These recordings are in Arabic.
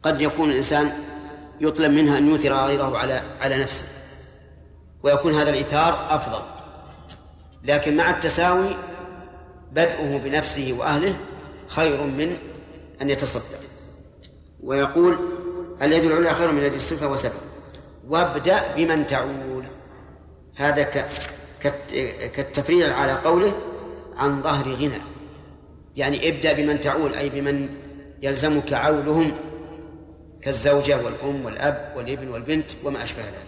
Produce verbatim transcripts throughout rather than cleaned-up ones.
قد يكون الإنسان يطلب منها أن يؤثر غيره على على نفسه، ويكون هذا الإيثار أفضل، لكن مع التساوي بدءه بنفسه وأهله خير من أن يتصدق. ويقول اليد العليا خير من اليد السفلى وسبب. وابدأ بمن تعول، هذا كالتفريع على قوله عن ظهر غنى، يعني ابدأ بمن تعول أي بمن يلزمك عولهم كالزوجة والأم والأب والابن والبنت وما أشبه ذلك.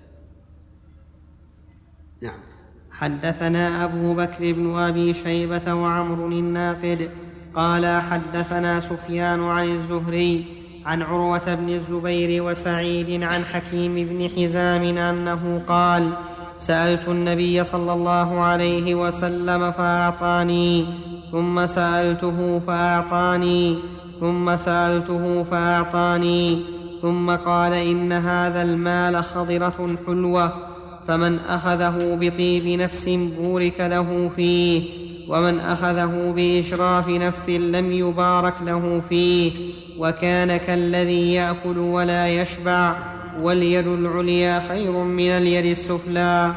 نعم. حدثنا أبو بكر بن أبي شيبة وعمر الناقد قال حدثنا سفيان عن الزهري عن عروة بن الزبير وسعيد عن حكيم بن حزام أنه قال سألت النبي صلى الله عليه وسلم فأعطاني، ثم سألته فأعطاني، ثم سألته فأعطاني، ثم قال إن هذا المال خضرة حلوة، فمن أخذه بطيب نفس بورك له فيه، ومن أخذه بإشراف نفس لم يبارك له فيه، وكان كالذي يأكل ولا يشبع، واليد العليا خير من اليد السفلى.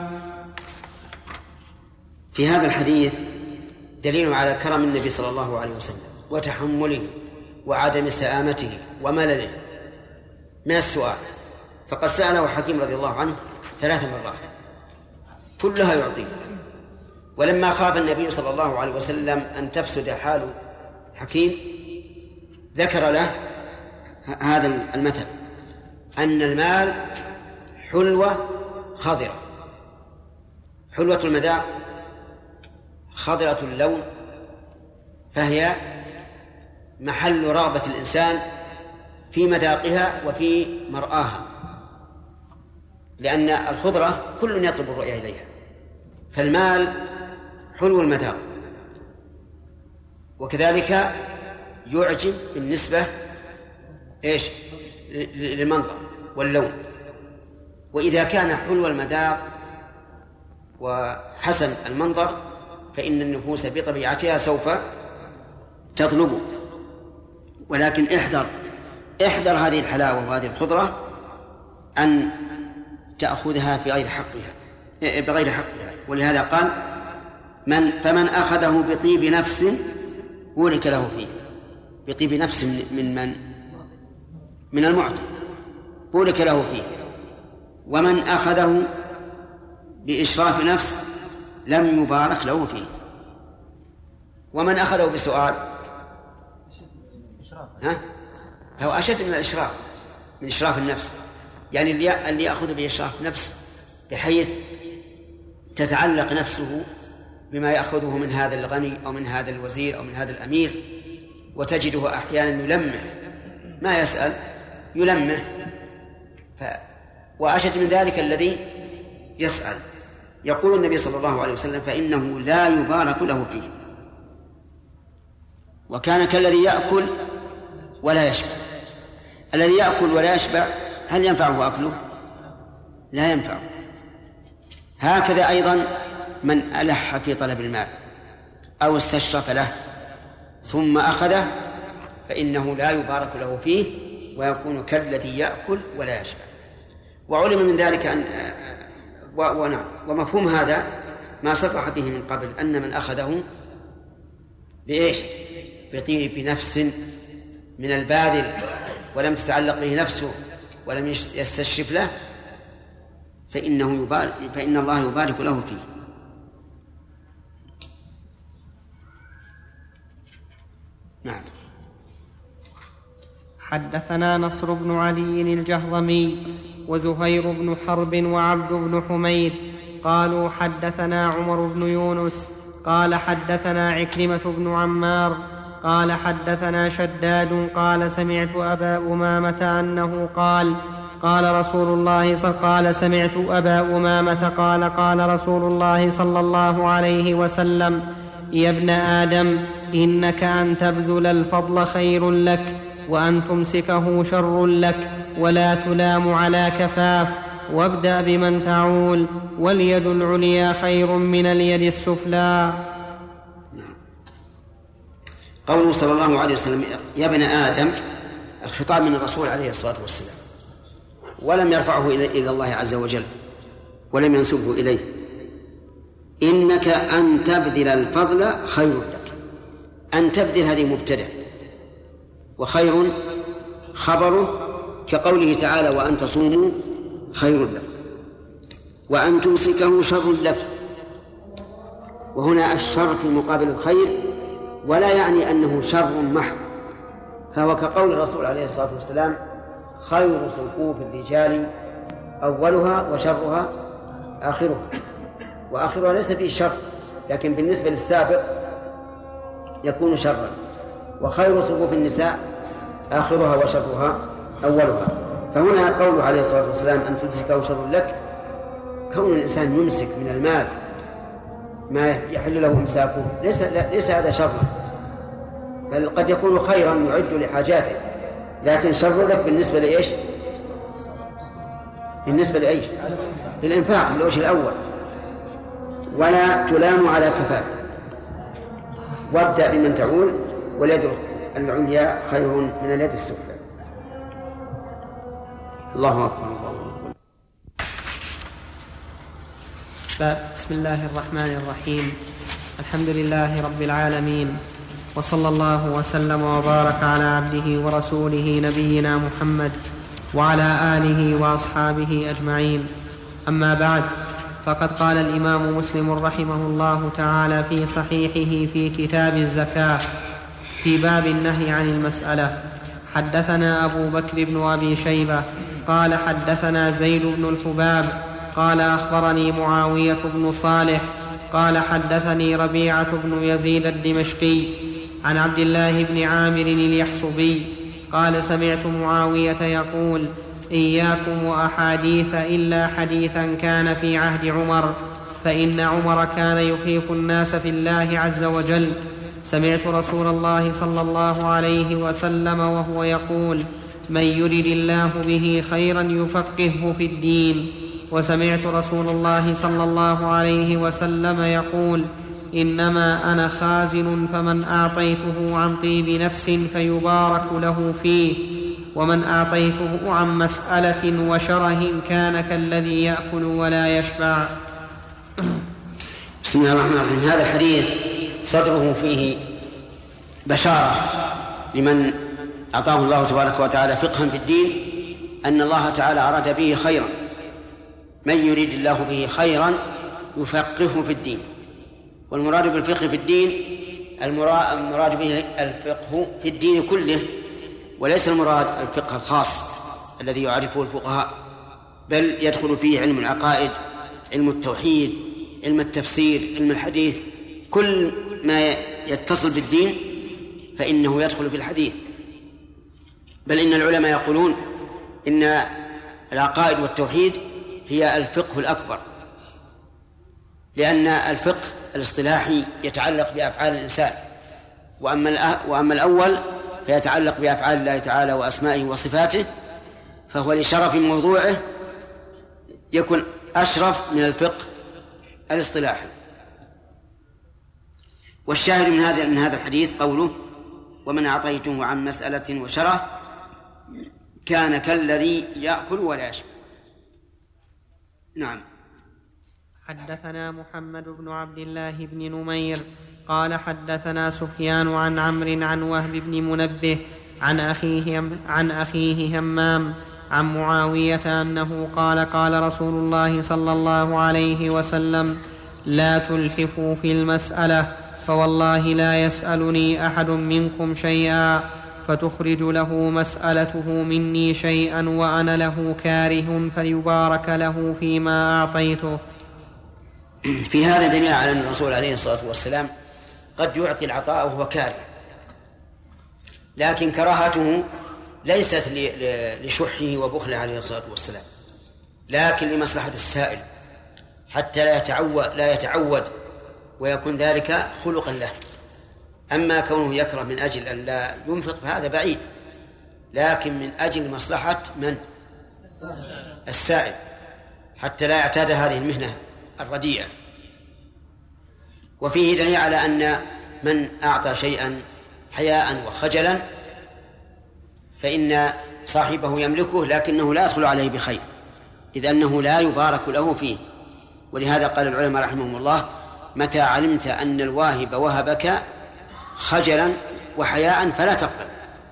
في هذا الحديث دليل على كرم النبي صلى الله عليه وسلم وتحمله وعدم سآمته وملله من السؤال، فقد سأله حكيم رضي الله عنه ثلاث مرات كلها يعطيه. ولما خاف النبي صلى الله عليه وسلم أن تفسد حال حكيم ذكر له هذا المثل أن المال حلوة خضرة، حلوة المذاق خضرة اللون، فهي محل رغبة الإنسان في مذاقها وفي مرآها، لأن الخضرة كل يطلب الرؤية إليها. فالمال حلو المذاق، وكذلك يعجب بالنسبة إيش للمنظر واللون. وإذا كان حلو المذاق وحسن المنظر فإن النفوس بطبيعتها سوف تطلبه. ولكن احذر احذر هذه الحلاوة وهذه الخضرة أن تأخذها في غير حقها بغير حقها. ولهذا قال من فمن أخذه بطيب نفس بورك له فيه، بطيب نفس من من من المعطي بورك له فيه، ومن أخذه بإشراف نفس لم يبارك له فيه، ومن أخذه بسؤال ها هو أشد من الإشراف، من إشراف النفس، يعني اللي يأخذ بإشراف نفس بحيث تتعلق نفسه بما يأخذه من هذا الغني أو من هذا الوزير أو من هذا الأمير، وتجده أحيانا يلمح ما يسأل يلمح ف... وأشد من ذلك الذي يسأل. يقول النبي صلى الله عليه وسلم فإنه لا يبارك له فيه، وكان كالذي يأكل ولا يشبع. الذي يأكل ولا يشبع هل ينفعه أكله؟ لا ينفعه. هكذا أيضا من ألح في طلب المال أو استشرف له ثم أخذه فإنه لا يبارك له فيه، ويكون كالذي يأكل ولا يشبع. وعلم من ذلك أن ونعم ومفهوم هذا ما صرح به من قبل أن من أخذه بإيش بطيب نفس من الباذل ولم تتعلق به نفسه ولم يستشرف له فإنه يبارك فإن الله يبارك له فيه. نعم. حدثنا نصر بن علي الجهضمي وزهير بن حرب وعبد بن حميد قالوا حدثنا عمر بن يونس قال حدثنا عكرمة بن عمار قال حدثنا شداد قال سمعت أبا أمامة أنه قال قال رسول الله قال سمعت أبا أمامة قال قال رسول الله صلى الله عليه وسلم يا ابن آدم إنك أن تبذل الفضل خير لك وأن تمسكه شر لك، ولا تلام على كفاف، وابدأ بمن تعول، واليد العليا خير من اليد السفلى. قوله صلى الله عليه وسلم يا ابن آدم الخطاب من الرسول عليه الصلاة والسلام، ولم يرفعه إلى الله عز وجل ولم ينسبه إليه. إنك أن تبذل الفضل خير لك. أن تبذل هذه مبتدأ، وخير خبره، كقوله تعالى وأن تصوموا خير لك، وأن تمسكه شر لك. وهنا الشر في مقابل الخير، ولا يعني أنه شر محض، فهو كقول الرسول عليه الصلاة والسلام خير صفوف الرجال أولها وشرها آخرها. وآخرها ليس فيه شر، لكن بالنسبة للسابق يكون شرا. وخير صفوف النساء آخرها وشرها أولها. فهنا قوله عليه الصلاة والسلام أن تمسكه شر لك، كون الإنسان يمسك من المال ما يحل له إمساكه ليس, ليس هذا شرا، بل قد يكون خيرا يعد لحاجاته، لكن شر لك بالنسبة لإيش؟ بالنسبة لإيش؟ للإنفاق بالوجه الأول. ولا تلام على كفاف، وابدأ بمن تعول، واليد العليا خير من اليد السفلى. الله أكبر. الله أكبر. بسم الله الرحمن الرحيم. الحمد لله رب العالمين، وصلى الله وسلم وبارك على عبده ورسوله نبينا محمد وعلى آله وأصحابه أجمعين. أما بعد، فقد قال الإمام مسلم رحمه الله تعالى في صحيحه في كتاب الزكاة في باب النهي عن المسألة: حدثنا أبو بكر بن أبي شيبة قال حدثنا زيد بن الحباب قال أخبرني معاوية بن صالح قال حدثني ربيعة بن يزيد الدمشقي عن عبد الله بن عامر اليحصبي قال سمعت معاوية يقول: إياكم وأحاديث إلا حديثا كان في عهد عمر، فإن عمر كان يخيف الناس في الله عز وجل. سمعت رسول الله صلى الله عليه وسلم وهو يقول: من يرد الله به خيرا يفقهه في الدين. وسمعت رسول الله صلى الله عليه وسلم يقول: إنما أنا خازن، فمن أعطيته عن طيب نفس فيبارك له فيه، ومن أعطيته عن مسألة وشره كان كالذي يأكل ولا يشبع. بسم الله الرحمن الرحيم. هذا الحديث صدره فيه بشارة لمن أعطاه الله تبارك وتعالى فقها في الدين، أن الله تعالى أراد به خيرا. من يريد الله به خيرا يفقهه في الدين. والمراد بالفقه في الدين المراد به الفقه في الدين كله، وليس المراد الفقه الخاص الذي يعرفه الفقهاء، بل يدخل فيه علم العقائد، علم التوحيد، علم التفسير، علم الحديث، كل ما يتصل بالدين فإنه يدخل في الحديث. بل إن العلماء يقولون إن العقائد والتوحيد هي الفقه الأكبر، لأن الفقه الاصطلاحي يتعلق بأفعال الإنسان، وأما وأما الأول فيتعلق بأفعال الله تعالى وأسمائه وصفاته، فهو لشرف موضوعه يكون أشرف من الفقه الاصطلاحي. والشاهد من هذا من هذا الحديث قوله: ومن أعطيته عن مسألة وشره كان كالذي يأكل ولا يشبع. نعم. حدثنا محمد بن عبد الله بن نمير قال حدثنا سفيان عن عمرو عن وهب بن منبه عن أخيه, عن أخيه همام عن معاوية أنه قال: قال رسول الله صلى الله عليه وسلم: لا تلحفوا في المسألة، فوالله لا يسألني أحد منكم شيئا فتخرج له مسألته مني شيئا وأنا له كاره فيبارك له فيما أعطيته. في هذا دليل على أن الرسول عليه الصلاة والسلام قد يعطي العطاء وهو كاره، لكن كراهته ليست لشحه وبخله عليه الصلاة والسلام، لكن لمصلحة السائل حتى لا يتعود, لا يتعود ويكون ذلك خلقا له. أما كونه يكره من أجل أن لا ينفق فهذا بعيد، لكن من أجل مصلحة من؟ السائل، حتى لا يعتاد هذه المهنة الرديئة. وفيه دليل على أن من أعطى شيئا حياء وخجلا فإن صاحبه يملكه لكنه لا يدخل عليه بخير، إذ أنه لا يبارك له فيه. ولهذا قال العلماء رحمهم الله: متى علمت أن الواهب وهبك خجلا وحياء فلا تقبل.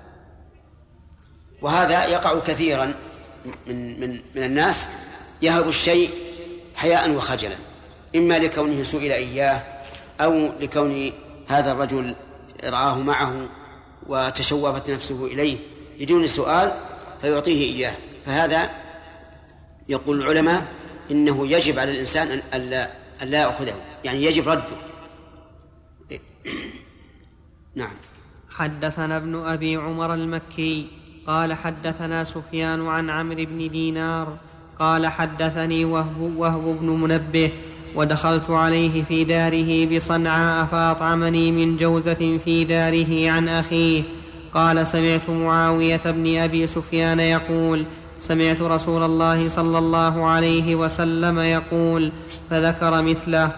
وهذا يقع كثيرا من, من, من الناس، يهب الشيء حياء وخجلا، إما لكونه سئل إياه أو لكون هذا الرجل رآه معه وتشوفت نفسه إليه بدون سؤال فيعطيه إياه. فهذا يقول العلماء إنه يجب على الإنسان أن لا يأخذه، يعني يجب رده. نعم. حدثنا ابن أبي عمر المكي قال حدثنا سفيان عن عمرو بن دينار قال حدثني وهب, وهب بن منبه ودخلت عليه في داره بصنعاء فأطعمني من جوزة في داره عن أخيه. قال سمعت معاوية بن أبي سفيان يقول سمعت رسول الله صلى الله عليه وسلم يقول، فذكر مثله.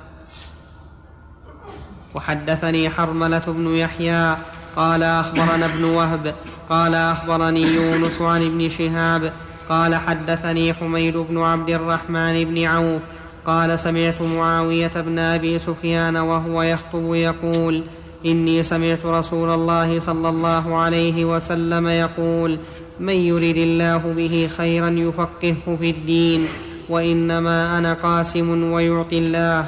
وحدثني حرملة بن يحيى قال أخبرنا ابن وهب قال أخبرني يونس عن ابن شهاب قال حدثني حميد بن عبد الرحمن بن عوف قال سمعت معاوية بن أبي سفيان وهو يخطب يقول إني سمعت رسول الله صلى الله عليه وسلم يقول من يرد الله به خيرا يفقهه في الدين وإنما أنا قاسم ويعطي الله.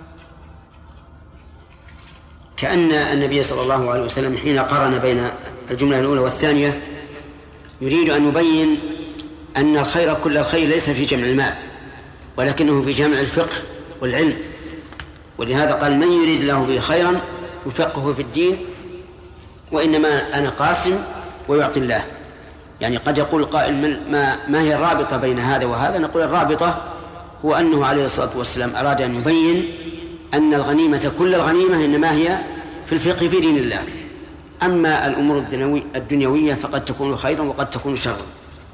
كأن النبي صلى الله عليه وسلم حين قارن بين الجملة الأولى والثانية يريد أن يبين أن الخير كل الخير ليس في جمع المال ولكنه في جمع الفقه والعلم. ولهذا قال من يريد الله به خيرا يفقهه في الدين وإنما أنا قاسم ويعطي الله. يعني قد يقول قائل ما, ما هي الرابطة بين هذا وهذا؟ نقول الرابطة هو أنه عليه الصلاة والسلام أراد أن يبين أن الغنيمة كل الغنيمة إنما هي في الفقه في دين الله، أما الأمور الدنيوية فقد تكون خيرا وقد تكون شرا.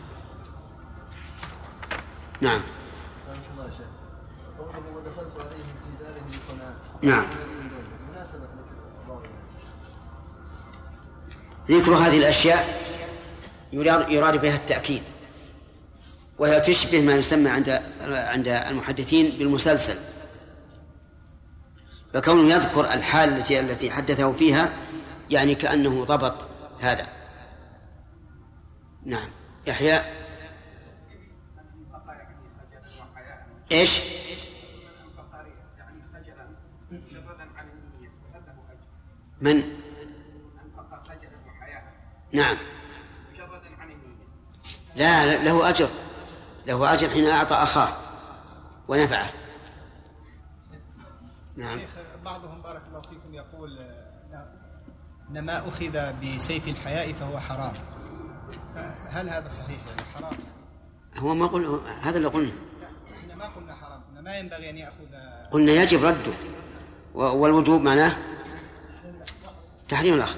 نعم. نعم. ذكر هذه الأشياء يراد بها التأكيد، وهي تشبه ما يسمى عند عند المحدثين بالمسلسل، فكونه يذكر الحال التي التي حدثه فيها يعني كأنه ضبط هذا. نعم. يحيى ايش؟ من؟ نعم. لا له أجر، له أجر حين أعطى أخاه ونفعه. نعم. بعضهم بارك الله فيكم يقول إن ما أخذ بسيف الحياء فهو حرام، هل هذا صحيح؟ يعني حرام يعني؟ هو ما قلنا هذا اللي قلنا. احنا ما قلنا حرام، ما ينبغي أن يأخذ. قلنا يجب رده، والوجوب معناه تحريم الأخذ.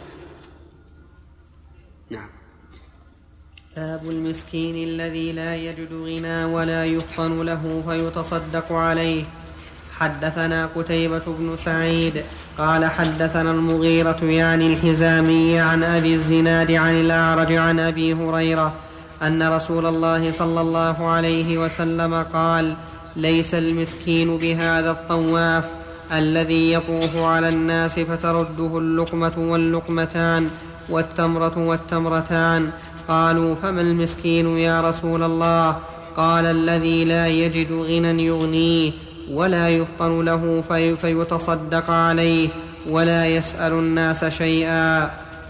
نعم. باب المسكين الذي لا يجد غنى ولا يفطن له فيتصدق عليه. حدثنا قتيبة بن سعيد قال حدثنا المغيرة يعني الحزامي عن أبي الزناد عن الأعرج عن أبي هريرة أن رسول الله صلى الله عليه وسلم قال ليس المسكين بهذا الطواف الذي يطوف على الناس فترده اللقمة واللقمتان والتمرة والتمرتان. قالوا فما المسكين يا رسول الله؟ قال الذي لا يجد غنى يغنيه ولا يفطن له في فيتصدق عليه ولا يسأل الناس شيئا.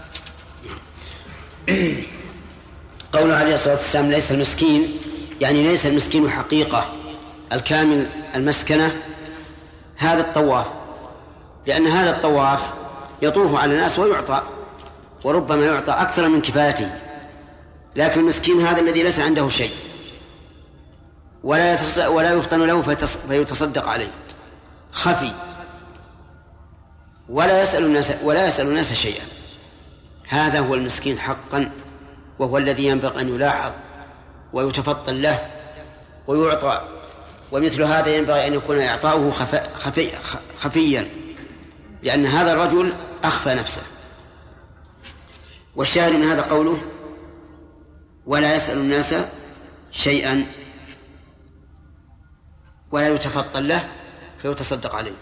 قوله عليه الصلاة والسلام ليس المسكين يعني ليس المسكين حقيقة الكامل المسكنة هذا الطواف، لأن هذا الطواف يطوف على الناس ويعطى، وربما يعطى أكثر من كفايته. لكن المسكين هذا الذي ليس عنده شيء ولا ولا يفطن له فيتصدق عليه، خفي ولا يسأل الناس ولا يسأل الناس شيئا. هذا هو المسكين حقا، وهو الذي ينبغي أن يلاحظ ويتفطن له ويعطى. ومثل هذا ينبغي أن يكون إعطاؤه خفي خفيا، لأن هذا الرجل أخفى نفسه. والشاهد من هذا قوله ولا يسأل الناس شيئا ولا يتفطن له فيتصدق عليه.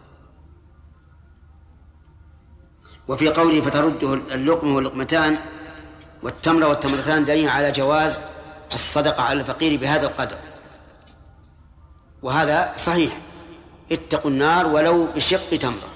وفي قوله فترده اللقمة واللقمتان والتمرة والتمرتان دليل على جواز الصدقة على الفقير بهذا القدر، وهذا صحيح، اتقوا النار ولو بشق تمرة.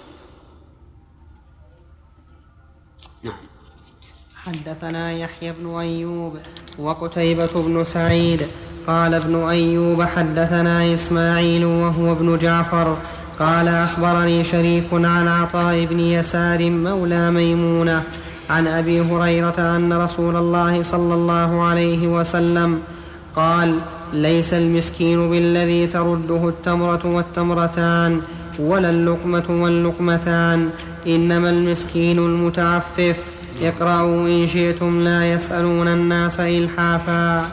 نعم. حدثنا يحيى بن أيوب وقتيبة بن سعيد قال ابن أيوب حدثنا إسماعيل وهو ابن جعفر قال أخبرني شريك عن عطاء بن يسار مولى ميمونة عن أبي هريرة أن رسول الله صلى الله عليه وسلم قال ليس المسكين بالذي ترده التمرة والتمرتان ولا اللقمة واللقمتان، إنما المسكين المتعفف. اقرأوا إن شئتم لا يسألون الناس إلحافا.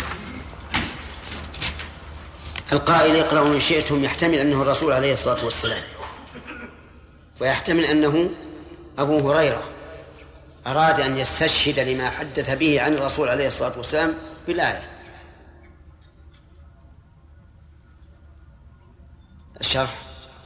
القائل اقرأوا إن شئتم يحتمل أنه الرسول عليه الصلاة والسلام، ويحتمل أنه أبو هريرة أراد أن يستشهد لما حدث به عن الرسول عليه الصلاة والسلام بالآية. الشرح.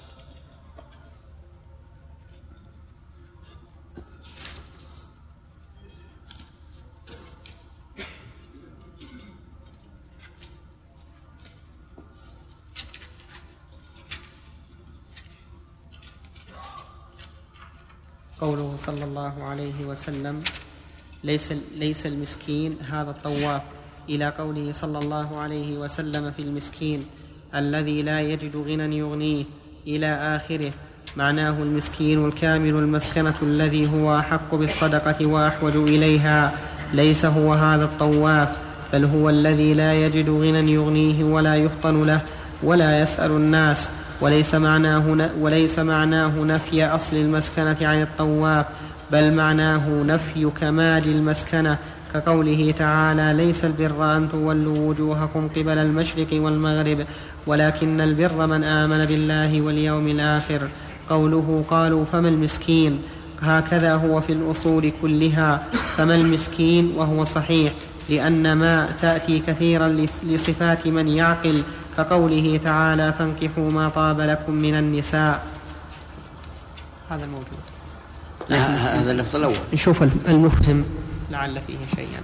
قوله صلى الله عليه وسلم ليس, ليس المسكين هذا الطواف، إلى قوله صلى الله عليه وسلم في المسكين الذي لا يجد غنى يغنيه إلى آخره، معناه المسكين الكامل المسكنة الذي هو أحق بالصدقة وأحوج إليها، ليس هو هذا الطواف، بل هو الذي لا يجد غنى يغنيه ولا يفطن له ولا يسأل الناس. وليس معناه, وليس معناه نفي أصل المسكنة عن الطواف، بل معناه نفي كمال المسكنة، كقوله تعالى ليس البر أن تولوا وجوهكم قبل المشرق والمغرب ولكن البر من آمن بالله واليوم الآخر. قوله قالوا فما المسكين، هكذا هو في الأصول كلها، فما المسكين، وهو صحيح لأن ما تأتي كثيرا لصفات من يعقل، كقوله تعالى فانكحوا ما طاب لكم من النساء. هذا موجود. لا هذا اللفظ الأول. نشوف المفهم لعل فيه شيئا.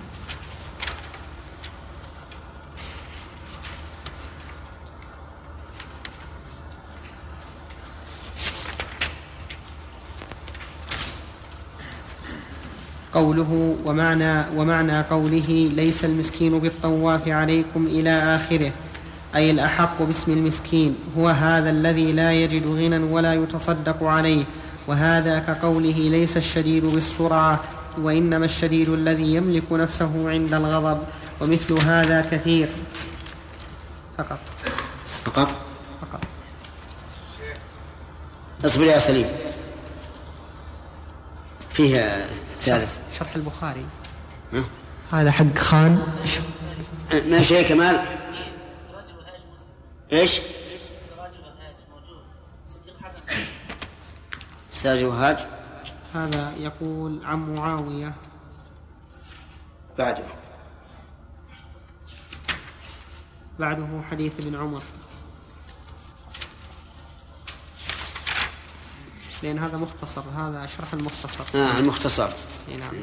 قوله ومعنى, ومعنى قوله ليس المسكين بالطواف عليكم إلى آخره، أي الأحق باسم المسكين هو هذا الذي لا يجد غنى ولا يتصدق عليه، وهذا كقوله ليس الشديد بالسرعة وإنما الشديد الذي يملك نفسه عند الغضب، ومثل هذا كثير. فقط فقط فقط اصبر يا سليم. فيها ثالث شرح البخاري. ها؟ هذا حق خان ما شيء كمال. ايش سراج وهاج؟ هذا يقول عن معاوية. بعده بعده حديث ابن عمر، لأن هذا مختصر، هذا شرح المختصر. آه المختصر. نعم.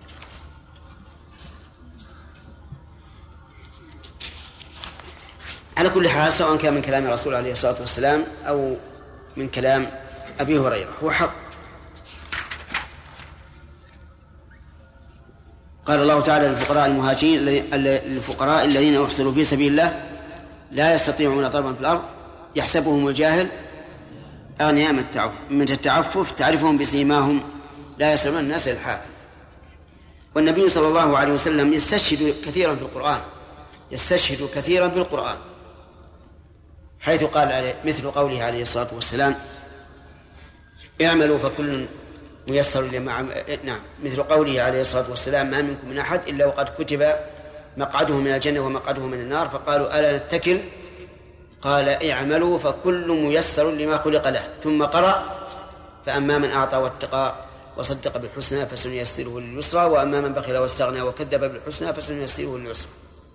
على كل حال سواء كان من كلام الرسول عليه الصلاة والسلام أو من كلام أبي هريرة هو حق. قال الله تعالى للفقراء المهاجرين الفقراء الذين أحصروا في سبيل الله لا يستطيعون ضربا في الأرض يحسبهم الجاهل أغنياء من التعفف تعرفهم بسيماهم لا يسألون الناس إلحافا. والنبي صلى الله عليه وسلم يستشهد كثيرا في القرآن، يستشهد كثيرا في القرآن، حيث قال مثل قوله عليه الصلاة والسلام اعملوا فكل ميسر لما نعم مثل قوله عليه الصلاة والسلام ما منكم من أحد إلا وقد كتب مقعده من الجنة ومقعده من النار، فقالوا ألا نتكل؟ قال اعملوا فكل ميسر لما خلق له، ثم قرأ فأما من أعطى واتقى وصدق بالحسنى فسنيسره لليسرى وأما من بخل واستغنى وكذب بالحسنى فسنيسره لليسرى.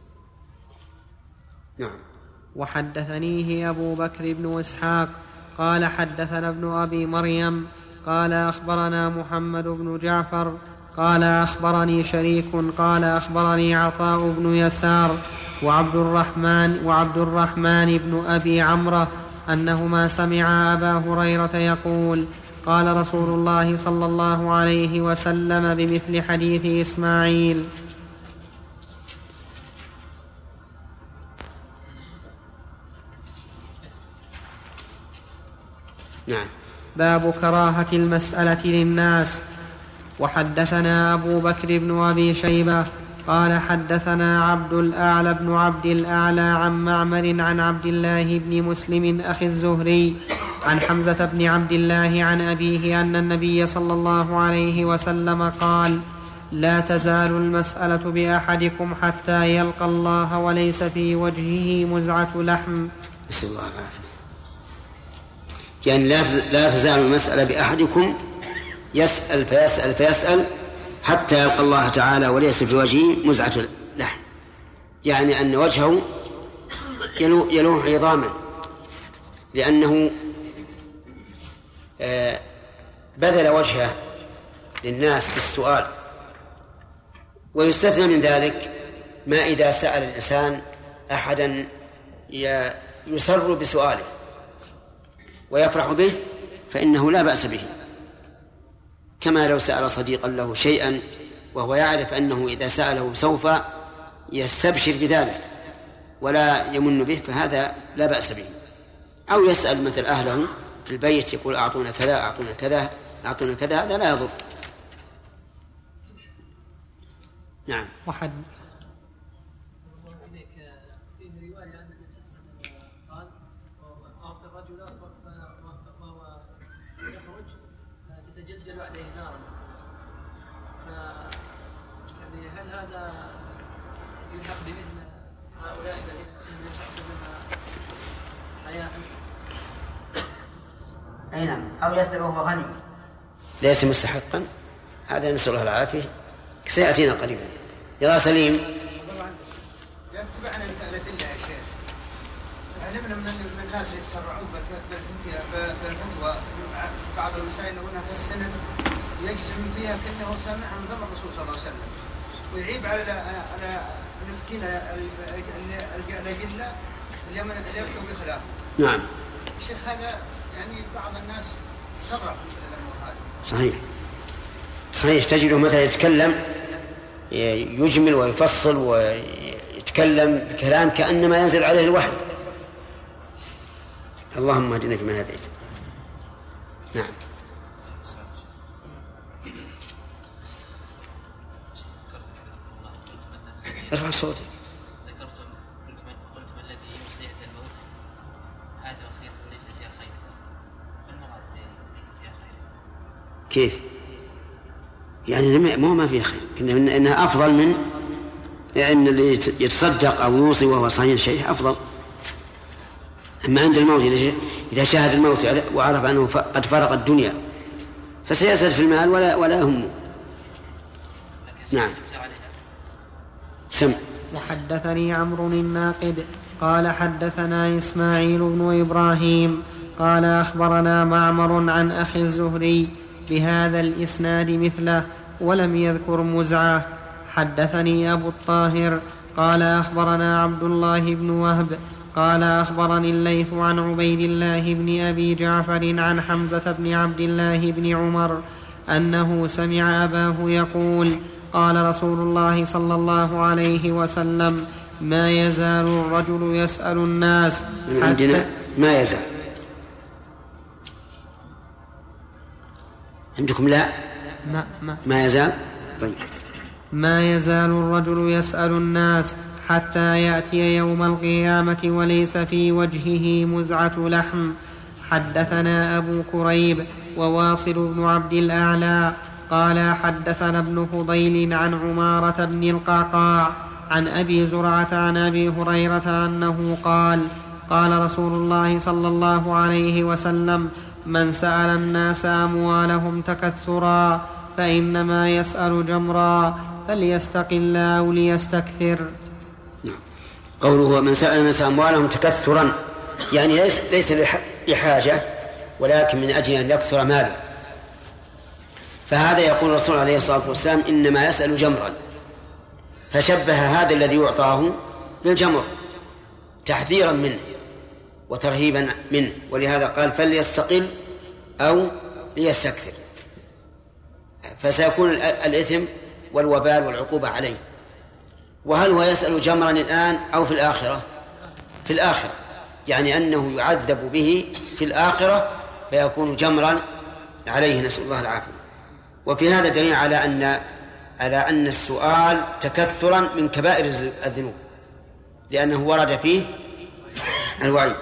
نعم. وحدثنيه أبو بكر بن إسحاق قال حدثنا ابن أبي مريم قال أخبرنا محمد بن جعفر قال أخبرني شريك قال أخبرني عطاء بن يسار وعبد الرحمن وعبد الرحمن بن أبي عمرو أنهما سمعا أبا هريرة يقول قال رسول الله صلى الله عليه وسلم بمثل حديث إسماعيل. نعم. باب كراهة المسألة للناس. وحدثنا أبو بكر بن أبي شيبة قال حدثنا عبد الأعلى بن عبد الأعلى عن معمر عن عبد الله بن مسلم أخي الزهري عن حمزة بن عبد الله عن أبيه أن النبي صلى الله عليه وسلم قال لا تزال المسألة بأحدكم حتى يلقى الله وليس في وجهه مزعة لحم. نسأل الله العافية. يعني لا تزال المسألة بأحدكم يسأل فيسأل فيسأل حتى يلقى الله تعالى وليس في وجهه مزعة لحم، يعني أن وجهه يلوح عظاما لأنه بذل وجهه للناس بالسؤال. ويستثنى من ذلك ما إذا سأل الإنسان أحدا يسر بسؤاله ويفرح به فإنه لا بأس به، كما لو سأل صديقا له شيئا وهو يعرف أنه إذا سأله سوف يستبشر بذلك ولا يمن به فهذا لا بأس به. أو يسأل مثل أهله في البيت يقول أعطونا كذا أعطونا كذا أعطونا كذا، هذا لا يضر. نعم. وحد تتجلجل عليه نار، يعني هل هذا يلحق بمثل هؤلاء الذين يستحسن منها حياة؟ أي نعم. أو يسأل وهو غني ليس مستحقا، هذا نسأل الله العافية سيأتينا قريبا. يا سليم. يتبعنا الأدلة يا شيخ. علمنا من الناس يتسرعون بالفتوى بعض المسائل هنا في السنة يجزم فيها كأنه سامعها من الرسول صلى الله عليه وسلم ويعيب على على نفتينا الأدلة اللي من يفتوا بخلافه. نعم. الشيخ هذا يعني بعض الناس تسرع في الأمور هذه. صحيح صحيح. تجده مثلا يتكلم يجمل ويفصل ويتكلم بكلام كأنما ينزل عليه الوحي. اللهم اهدنا فيما هديت. نعم. ارفع صوتك. ذكرتم قلتم الذي يوصي عند الموت هذه وصيته ليست فيها خير، ما المراد ليست فيها خير؟ كيف؟ يعني مو ما فيها خير، إنها أفضل من يعني اللي يتصدق أو يوصي وهو صحيح شيء أفضل. أما عند الموت إذا شاهد الموت وعرف أنه قد فرق الدنيا فسيزهد في المال ولا ولا يهمه. نعم. سم. وحدثني عمرو الناقد قال حدثنا إسماعيل بن إبراهيم قال أخبرنا معمر عن أخي الزهري بهذا الإسناد مثله ولم يذكر مزعة. حدثني أبو الطاهر قال أخبرنا عبد الله بن وهب قال أخبرني الليث عن عبيد الله بن أبي جعفر عن حمزة بن عبد الله بن عمر أنه سمع أباه يقول قال رسول الله صلى الله عليه وسلم ما يزال الرجل يسأل الناس من عندنا ما يزال. عندكم لا ما, ما, ما يزال. طيب. ما يزال الرجل يسأل الناس حتى يأتي يوم القيامة وليس في وجهه مزعة لحم. حدثنا أبو كريب وواصل بن عبد الأعلى قال حدثنا ابن فضيل عن عمارة بن القعقاع عن أبي زرعة عن أبي هريرة أنه قال قال رسول الله صلى الله عليه وسلم من سأل الناس أموالهم تكثرا فإنما يسأل جمرا فليستقل أو ليستكثر. قوله من سأل الناس أموالهم تكثرا يعني ليس, ليس لحاجة ولكن من أجل أن يكثر ماله، فهذا يقول الرسول عليه الصلاة والسلام إنما يسأل جمرا، فشبه هذا الذي يعطاه بالجمر تحذيرا منه وترهيبا منه، ولهذا قال فليستقل أو ليستكثر، فسيكون الإثم والوبال والعقوبة عليه. وهل هو يسأل جمرا الآن أو في الآخرة؟ في الآخرة، يعني أنه يعذب به في الآخرة فيكون جمرا عليه، نسأل الله العافية. وفي هذا دليل على أن على أن السؤال تكثرا من كبائر الذنوب، لأنه ورد فيه الوعيد.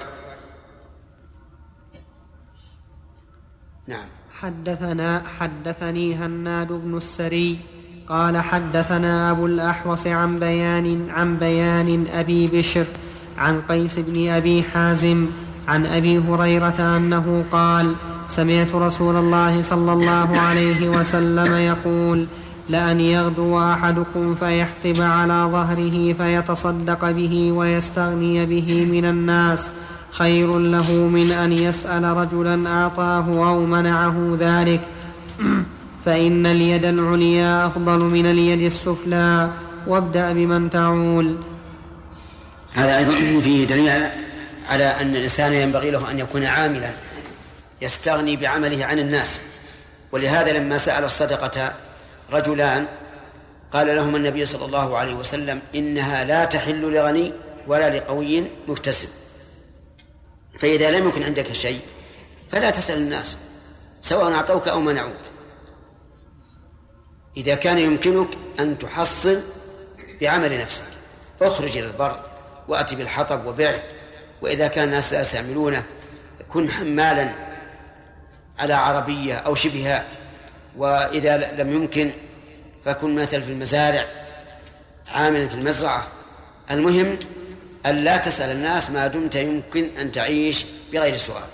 نعم. حدثنا حدثني هناد بن السري قال حدثنا أبو الأحوص عن بيان عن بيان أبي بشر عن قيس بن أبي حازم عن أبي هريرة أنه قال سمعت رسول الله صلى الله عليه وسلم يقول لأن يغدو أحدكم فيحطب على ظهره فيتصدق به ويستغني به من الناس خير له من أن يسأل رجلا أعطاه أو منعه ذلك، فإن اليد العليا أفضل من اليد السفلى، وابدأ بمن تعول. هذا أيضا فيه دليل على أن الإنسان ينبغي له أن يكون عاملا يستغني بعمله عن الناس. ولهذا لما سأل الصدقة رجلان قال لهم النبي صلى الله عليه وسلم إنها لا تحل لغني ولا لقوي مكتسب، فإذا لم يكن عندك شيء فلا تسأل الناس سواء أعطوك أو منعوك. إذا كان يمكنك أن تحصل بعمل نفسك اخرج إلى البر وأتي بالحطب وبيع، وإذا كان الناس لا يستعملونه كن حمالا على عربية أو شبهها، وإذا لم يمكن فكن مثل في المزارع عاملا في المزرعة. المهم أن لا تسأل الناس ما دمت يمكن أن تعيش بغير سؤال.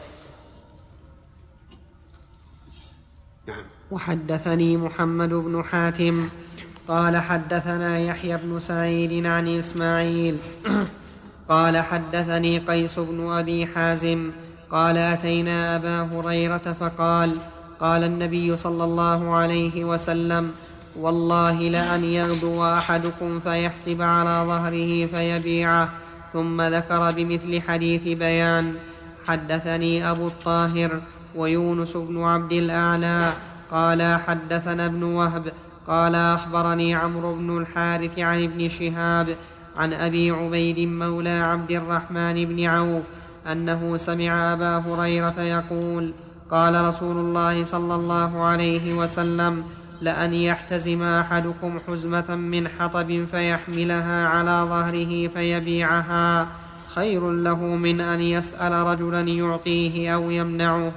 نعم. وحدثني محمد بن حاتم قال حدثنا يحيى بن سعيد عن إسماعيل قال حدثني قيس بن أبي حازم قال أتينا أبا هريرة فقال قال النبي صلى الله عليه وسلم والله لأن يغدو أحدكم فيحطب على ظهره فيبيعه، ثم ذكر بمثل حديث بيان. حدثني أبو الطاهر ويونس بن عبد الأعلى قال حدثنا ابن وهب قال أخبرني عمرو بن الحارث عن ابن شهاب عن أبي عبيد مولى عبد الرحمن بن عوف أنه سمع أبا هريرة يقول قال رسول الله صلى الله عليه وسلم لأن يحتزم أحدكم حزمة من حطب فيحملها على ظهره فيبيعها خير له من أن يسأل رجلا يعطيه أو يمنعه.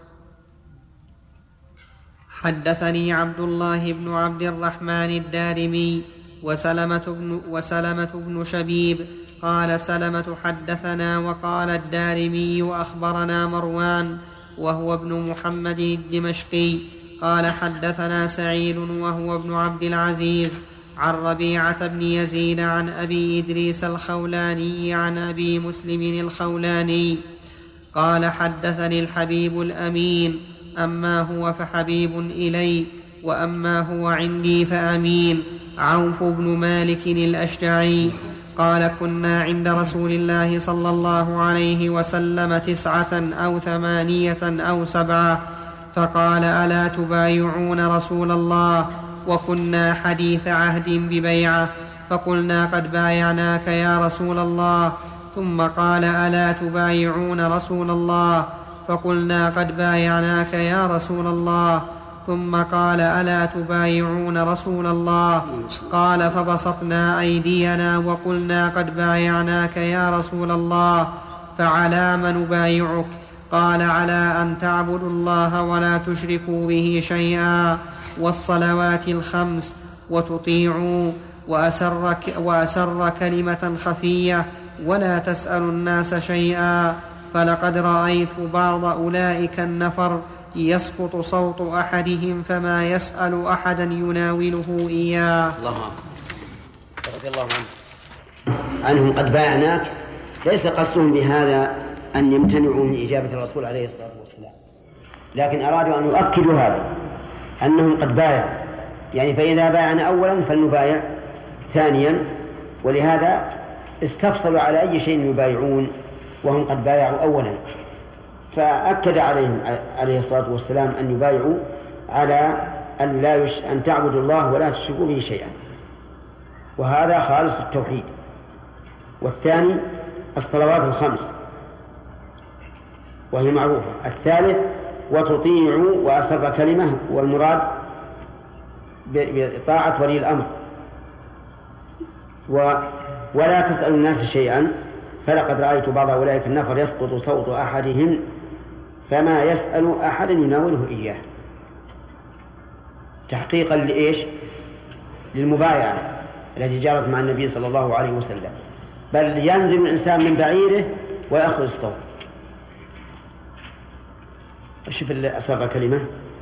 حدثني عبد الله بن عبد الرحمن الدارمي وسلمة بن, وسلمة بن شبيب قال سلمة حدثنا وقال الدارمي وأخبرنا مروان وهو ابن محمد الدمشقي قال حدثنا سعيد وهو ابن عبد العزيز عن ربيعة بن يزيد عن أبي إدريس الخولاني عن أبي مسلم الخولاني قال حدثني الحبيب الأمين أما هو فحبيب إلي وأما هو عندي فأمين عوف بن مالك الأشجعي قال كنا عند رسول الله صلى الله عليه وسلم تسعة أو ثمانية أو سبعة فقال ألا تبايعون رسول الله وكنا حديث عهد ببيعة فقلنا قد بايعناك يا رسول الله ثم قال ألا تبايعون رسول الله فقلنا قد بايعناك يا رسول الله ثم قال ألا تبايعون رسول الله قال فبسطنا أيدينا وقلنا قد بايعناك يا رسول الله فعلى ما نبايعك قال على أن تعبدوا الله ولا تشركوا به شيئا والصلوات الخمس وتطيعوا وأسر, وأسر كلمة خفية ولا تسألوا الناس شيئا فلقد رأيت بعض أولئك النفر يسقط صوت أحدهم فما يسأل أحدا يناوله إياه. الله رضي الله عنه عنهم قد بايعناك، ليس قصدهم بهذا أن يمتنعوا من إجابة الرسول عليه الصلاة والسلام، لكن أرادوا أن يؤكدوا هذا أنهم قد بايعوا، يعني فإذا بايعنا أولا فلنبايع ثانيا، ولهذا استفصلوا على أي شيء يبايعون وهم قد بايعوا أولا، فأكد عليهم عليه الصلاة والسلام أن يبايعوا على أن, لا يش... أن تعبدوا الله ولا تشركوا به شيئا، وهذا خالص التوحيد. والثاني الصلوات الخمس وهي معروفة. الثالث وتطيعوا وأسر كلمة، والمراد بطاعة ولي الأمر. و... ولا تسأل الناس شيئا، فلقد رأيت بعض أولئك النفر يسقط صوت أحدهم فما يسأل أحدا يناوله إياه، تحقيقا لإيش؟ للمبايعة التي جرت مع النبي صلى الله عليه وسلم. بل ينزل الإنسان من بعيره ويأخذ الصوت. شوف اللي أسر كلمة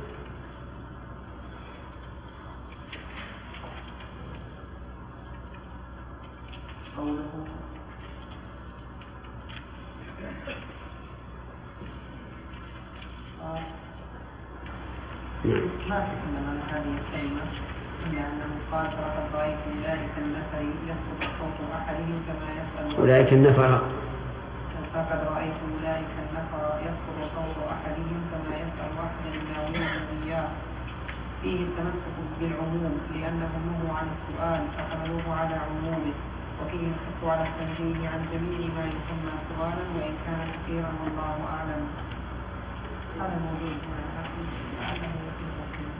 ما حكم من هذه الكلمة إلا أنه قال فقد رأيت أولئك النفر يسقط صوت أحدهم كما يسأل أولئك النفر فقد رأيت أولئك النفر يسقط صوت أحدهم كما يسأل أحدا يناوله إياه. فيه التمسك بالعموم لأنه نهوا عن السؤال فحملوه على عمومه، وفيه الحث على التنزيه عن جميع ما يسمى سؤالا وإن كان كثيرا والله أعلم. هذا موجود هنا لعله يكون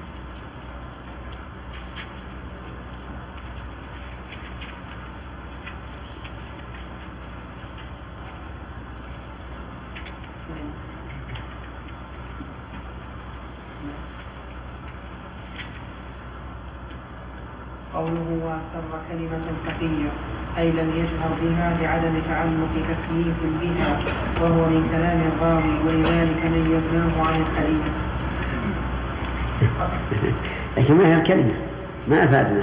قوله وأسر كلمة خفية أي لم يجهر بها لعدم تعلق تكليف بها، وهو من كلام الراوي، ولذلك ميزناه عن الحديث. لكن ما هي الكلمة؟ ما أفادنا.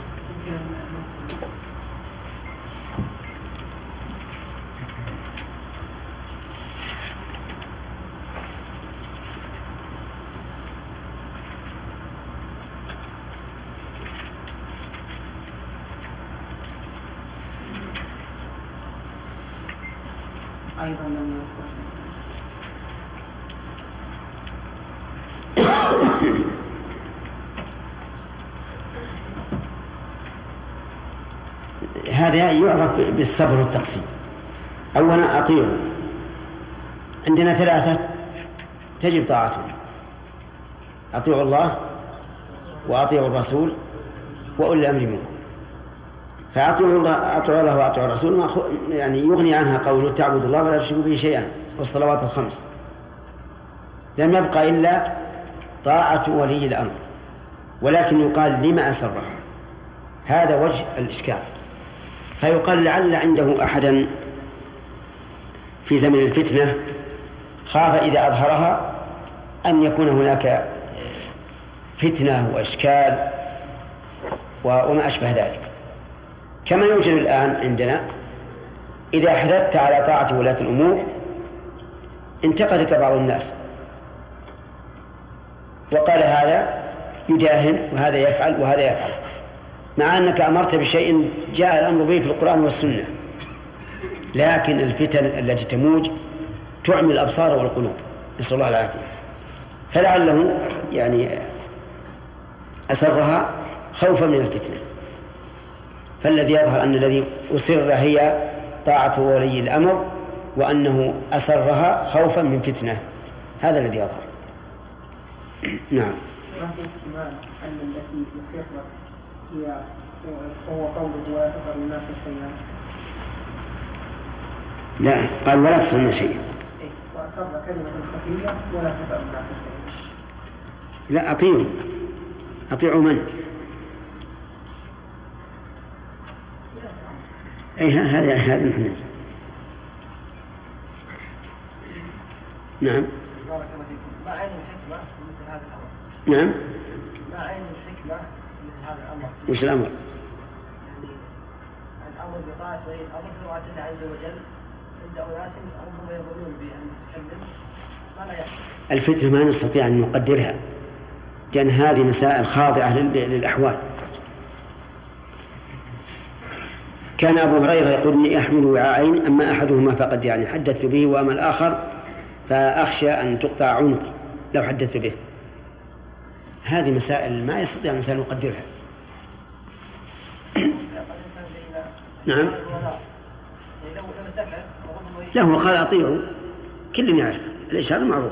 أيضا لم يذكر. هذا يعرف بالصبر والتقسيم. أولا أطيعوا، عندنا ثلاثة تجب طاعتهم: أطيعوا الله وأطيعوا الرسول وأولي الأمر منكم. فأطيعوا الله أطيعوا الله وأطيعوا الرسول يعني يغني عنها قوله تعبد الله ولا تشركوا به شيئا، والصلوات الخمس. لم يبقى إلا طاعة ولي الأمر، ولكن يقال لما أسرها، هذا وجه الإشكال. فيقال لعل عنده أحدا في زمن الفتنة خاف إذا أظهرها أن يكون هناك فتنة وإشكال وما أشبه ذلك، كما يوجد الآن عندنا. إذا حثثت على طاعة ولاة الأمور انتقدك بعض الناس وقال هذا يداهن وهذا يفعل وهذا يفعل، مع أنك أمرت بشيء جاء الأمر به في القرآن والسنة، لكن الفتن التي تموج تعمي الأبصار والقلوب، نسأل الله العافية. فلعله يعني أسرها خوفا من الفتنة. فالذي يظهر أن الذي أسر هي طاعة ولي الأمر، وأنه أسرها خوفا من فتنة، هذا الذي يظهر. نعم. ما في احتمال أن التي أسرت هي هو قوله ولا تسأل الناس شيئا؟ لا، قال ولا تسأل شيئا. وأسر كلمة خفية ولا تسأل الناس شيئا. لا، أطيعوا أطيعوا من؟ أي هذا هذا نحن. نعم. بارك الله فيكم. ما عين الحكمة مثل هذا الأمر؟ نعم. ما عين الحكمة مثل هذا الأمر؟ وش الأمر؟ يعني الأمر بطاعة ولي الأمر بطاعة الله عز وجل عند أناس أنهم يظنون بأن المتكلم ما لا يحصل. الفتنة ما نستطيع أن نقدرها، لأن هذه مسائل خاضعة للأحوال. كان أبو هريرة يقول إني أحمل وعاءين، أما أحدهما فقد يعني حدثت به، وأما الآخر فأخشى أن تقطع عنقي لو حدثت به. هذه مسائل ما يستطيع الإنسان يقدرها. نعم. لا، هو قال أطيعوا، كل يعرف الإشارة معروف.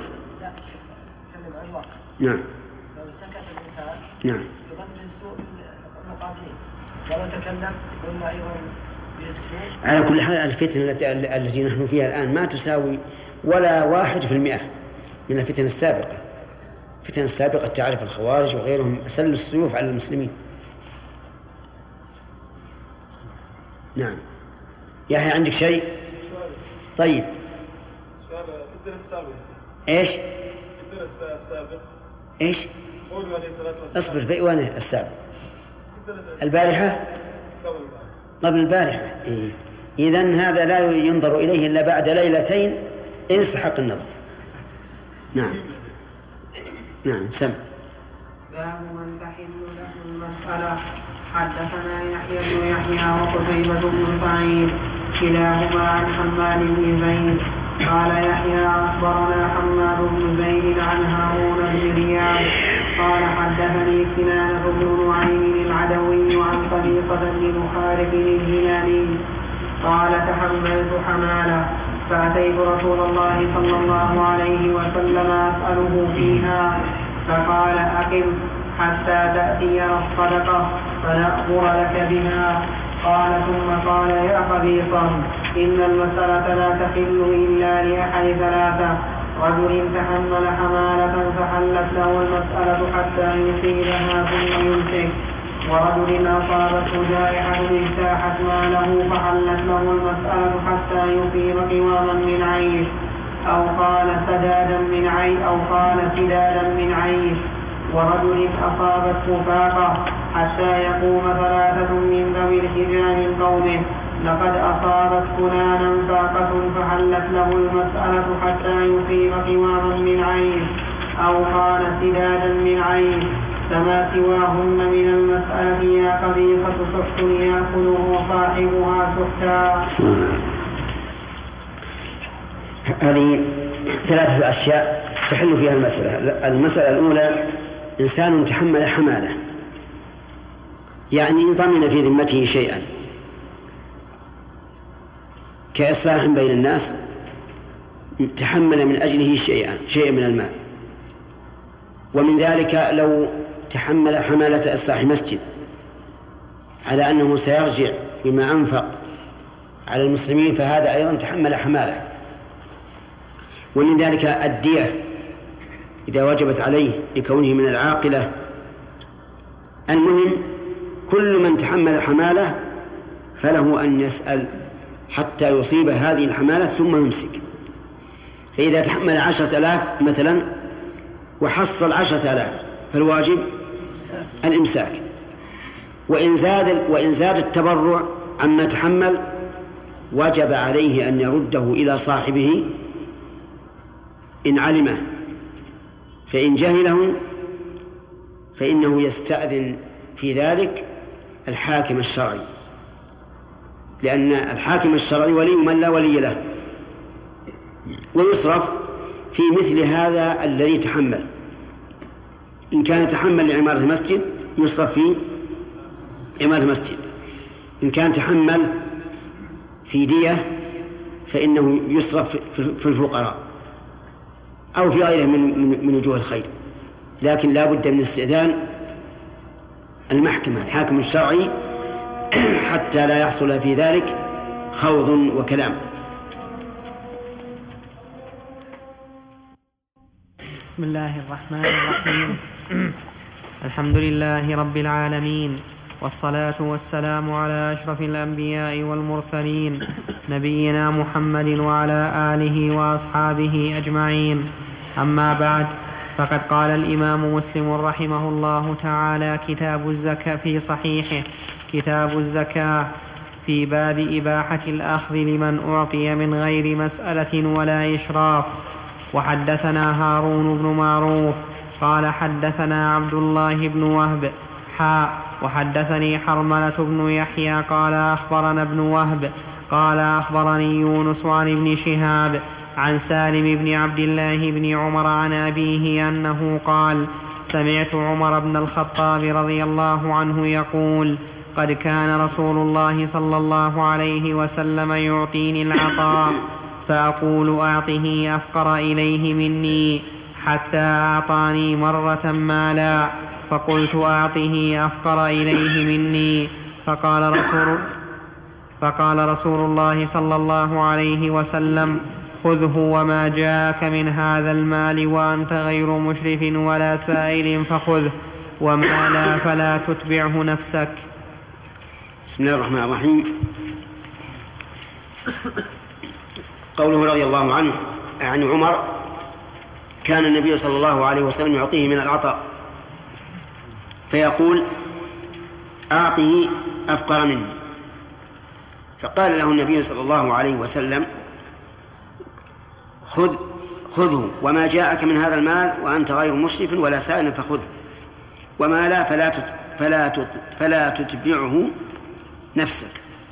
نعم. لو سكت الإنسان نعم يظن بالسوء المقابلين، ولو تكلم قلنا أيضا بالسوء. على كل حال الفتنة التي التي نحن فيها الآن ما تساوي ولا واحد في المئة من الفتن السابقة. الفتن السابقة تعرف الخوارج وغيرهم أسلوا السيوف على المسلمين. نعم. يحيى عندك شيء؟ طيب. سؤال في الدرس السابق. إيش؟ في الدرس السابق. إيش؟ قولوا عليه الصلاة والسلام. أصبر، في وين السابق؟ البارحة؟ قبل البارحة. إيه. إذن هذا لا ينظر إليه إلا بعد ليلتين إن استحق النظر. نعم. نعم سم. باب من تحل له المسألة. حدثنا يحيى بن يحيى وقتيبة بن سعيد كلاهما عن حماد بن زيد قال يحيى أخبرنا حماد بن زيد عن هارون بن زياد قال حدثني كنانة بن نعيم العدوي عن قبيصة بن محارب الهلالي قال تحملت حمالة فأتيت رسول الله صلى الله عليه وسلم أسأله فيها فقال أقم حتى تأتي الصدقة فنأمر لك بها. قال ثم قال يا قبيصة إن المسألة لا تحل إلا لأحد ثلاثة: رجل تحمل حمالة فحلت له المسألة حتى يصيبها ثم يمسك، ورجل أصابته جائحة اجتاحت ماله فحلت له المسألة حتى يصيب قواما من عيش، أو قال سدادا من عيش أو قال سدادا من عيش، ورجل أصابته فاقة حتى يقوم ثلاثة من ذوي الحجان من قومه لقد أصابت فلانا فاقة فحلت له المسألة حتى يصيب قواما من عيش، أو قال سدادا من عيش، فما سواهن من المسألة يا قبيصة سحت يأخذه صاحبها سحتا. هذه ثلاثة أشياء تحل فيها المسألة. المسألة الأولى: إنسان تحمل حمالة، يعني ضمن في ذمته شيئا كإصلاح بين الناس، تحمل من أجله شيئا شيئا من المال. ومن ذلك لو تحمل حمالة إصلاح مسجد على أنه سيرجع بما أنفق على المسلمين، فهذا أيضا تحمل حمالة. ومن ذلك الدية إذا وجبت عليه لكونه من العاقلة. المهم كل من تحمل حمالة فله أن يسأل حتى يصيب هذه الحمالة ثم يمسك. فإذا تحمل عشرة آلاف مثلا وحصل عشرة آلاف فالواجب الإمساك. وإن زاد وإن زاد التبرع عما تحمل وجب عليه أن يرده إلى صاحبه إن علمه، فإن جهله فإنه يستأذن في ذلك الحاكم الشرعي، لأن الحاكم الشرعي ولي من لا ولي له. ويصرف في مثل هذا الذي تحمل. إن كان تحمل لعمارة مسجد يصرف في عمارة مسجد، إن كان تحمل في دية فإنه يصرف في الفقراء أو في غيره من من وجوه الخير. لكن لا بد من استئذان المحكمة الحاكم الشرعي حتى لا يحصل في ذلك خوض وكلام. بسم الله الرحمن الرحيم. الحمد لله رب العالمين، والصلاة والسلام على أشرف الأنبياء والمرسلين نبينا محمد وعلى آله وأصحابه أجمعين. أما بعد، فقد قال الإمام مسلم رحمه الله تعالى كتاب الزكاة في صحيحه كتاب الزكاة في باب إباحة الأخذ لمن أعطي من غير مسألة ولا إشراف. وحدثنا هارون بن معروف قال حدثنا عبد الله بن وهب حاء وحدثني حرملة بن يحيى قال أخبرنا ابن وهب قال أخبرني يونس عن ابن شهاب عن سالم بن عبد الله بن عمر عن أبيه أنه قال: سمعت عمر بن الخطاب رضي الله عنه يقول: قد كان رسول الله صلى الله عليه وسلم يعطيني العطاء فأقول أعطه أفقر إليه مني، حتى أعطاني مرة مالا فقلت أعطه أفقر إليه مني، فقال رسول, فقال رسول الله صلى الله عليه وسلم: خذه وما جاءك من هذا المال وأنت غير مشرف ولا سائل فخذه، وما لا فلا تتبعه نفسك. بسم الله الرحمن الرحيم. قوله رضي الله عنه عن عمر: كان النبي صلى الله عليه وسلم يعطيه من العطاء فيقول: أعطه أفقر مني. فقال له النبي صلى الله عليه وسلم: خذ خذه وما جاءك من هذا المال وأنت غير مشرف ولا سائل فخذه، وما لا فلا فلا فلا تتبعه نفسك.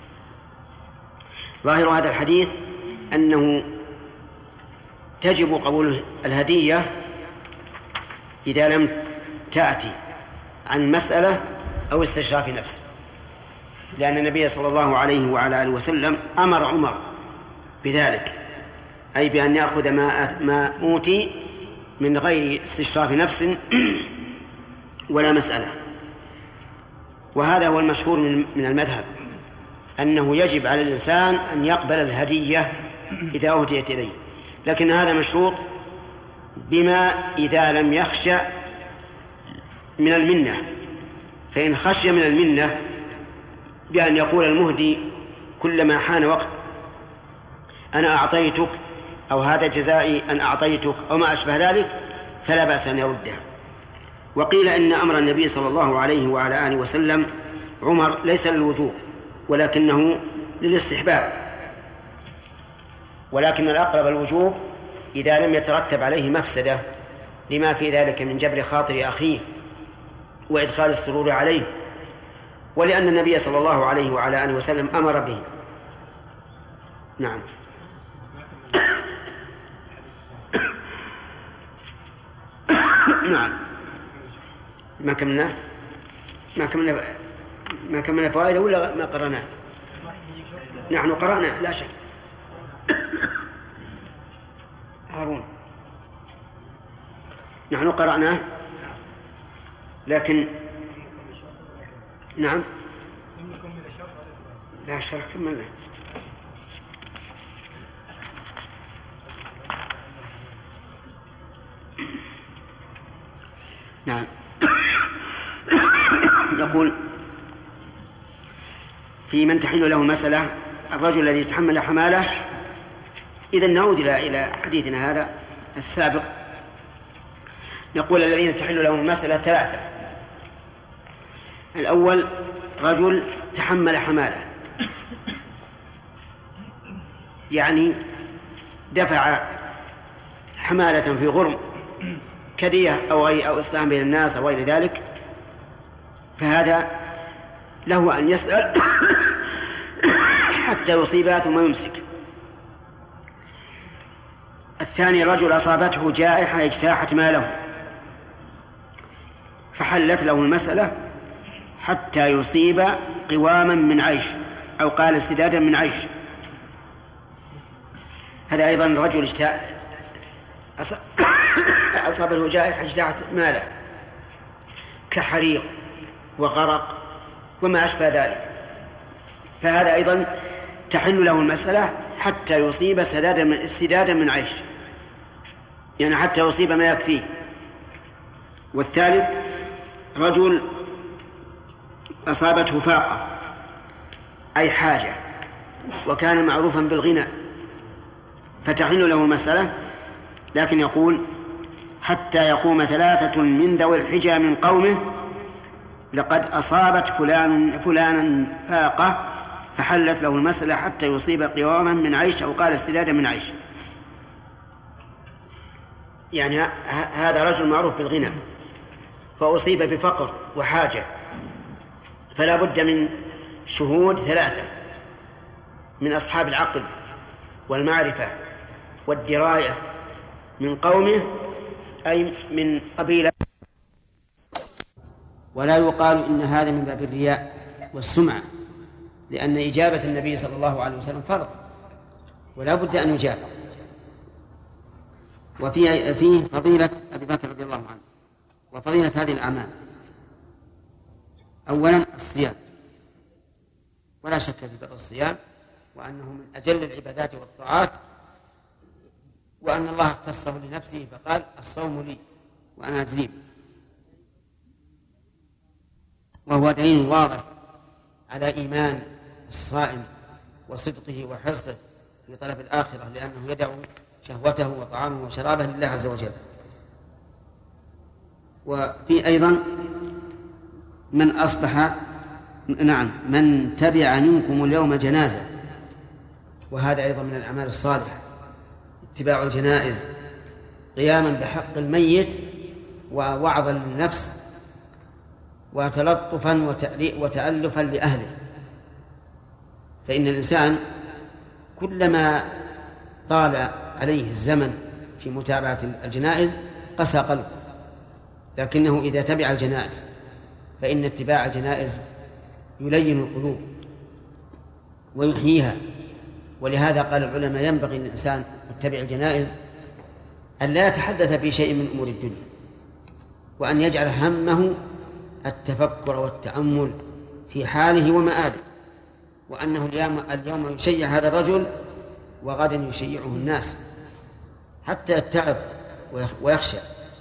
ظاهر هذا الحديث أنه تجب قبول الهدية إذا لم تأتي عن مسألة أو استشراف نفس، لأن النبي صلى الله عليه وعلى آله وسلم أمر عمر بذلك، أي بأن يأخذ ما ما أوتي من غير استشراف نفس ولا مسألة. وهذا هو المشهور من المذهب، أنه يجب على الإنسان أن يقبل الهدية إذا أهديت إليه، لكن هذا مشروط بما إذا لم يخشى من المنة. فإن خشي من المنة بأن يقول المهدي كلما حان وقت: أنا أعطيتك، أو هذا جزائي أن أعطيتك، أو ما أشبه ذلك، فلا بأس أن يردها. وقيل إن أمر النبي صلى الله عليه وعلى آله وسلم عمر ليس للوجوب ولكنه للاستحباب، ولكن الأقرب الوجوب إذا لم يترتب عليه مفسدة لما في ذلك من جبر خاطر أخيه وإدخال السرور عليه، ولأن النبي صلى الله عليه وعلى آله وسلم أمر به. نعم. نعم. ما كملنا ما كملنا ما كملنا فوائده ولا ما قرأناه؟ نحن قرأناه لا شك. هارون نحن قرأناه، لكن نعم لا شرح كملنا. نعم. يقول: في من تحل له مسألة الرجل الذي يتحمل حماله. إذا نعود إلى حديثنا هذا السابق. نقول: الذين تحل لهم المسألة ثلاثة. الأول رجل تحمل حماله، يعني دفع حمالة في غرم كدية أو غير أو إسلام بين الناس أو غير ذلك، فهذا له أن يسأل حتى يصيبها ثم يمسك. الثاني رجل أصابته جائحة اجتاحت ماله فحلت له المسألة حتى يصيب قواما من عيش، أو قال استدادا من عيش. هذا أيضا رجل أصابته جائحة اجتاحت ماله كحريق وغرق وما أشبه ذلك، فهذا أيضا تحل له المسألة حتى يصيب استدادا من عيش، يعني حتى يصيب ما يكفيه. والثالث رجل أصابته فاقة أي حاجة وكان معروفا بالغنى فتحل له المسألة، لكن يقول حتى يقوم ثلاثة من ذوي الحجى من قومه لقد أصابت فلان فلانا فاقة فحلت له المسألة حتى يصيب قواما من عيش أو قال استدادا من عيش. يعني هذا رجل معروف بالغنى فأصيب بفقر وحاجة، فلا بد من شهود ثلاثة من أصحاب العقل والمعرفة والدراية من قومه أي من قبيلة. ولا يقال إن هذا من باب الرياء والسمعة، لأن إجابة النبي صلى الله عليه وسلم فرض ولا بد أن يجاب. وفيه فيه فضيلة أبي بكر رضي الله عنه وفضيلة هذه الأعمال. أولا الصيام، ولا شك في فضل الصيام وأنه من أجل العبادات والطاعات، وأن الله اختصه لنفسه فقال الصوم لي وأنا أجزيه، وهو دليل واضح على إيمان الصائم وصدقه وحرصه في طلب الآخرة، لأنه يدع شهوته وطعامه وشرابه لله عز وجل. وفي أيضا من أصبح نعم من تبع منكم اليوم جنازة، وهذا أيضا من الأعمال الصالحة، اتباع الجنائز قياما بحق الميت ووعظا للنفس وتلطفا وتألفا لأهله. فإن الإنسان كلما طال عليه الزمن في متابعة الجنائز قسى قلبه، لكنه إذا تبع الجنائز فإن اتباع الجنائز يلين القلوب ويحييها. ولهذا قال العلماء ينبغي للإنسان يتبع الجنائز أن لا يتحدث في شيء من أمور الدنيا، وأن يجعل همه التفكر والتأمل في حاله ومآله، وأنه اليوم, اليوم يشيع هذا الرجل وغدا يشيعه الناس حتى يتعب ويخشى.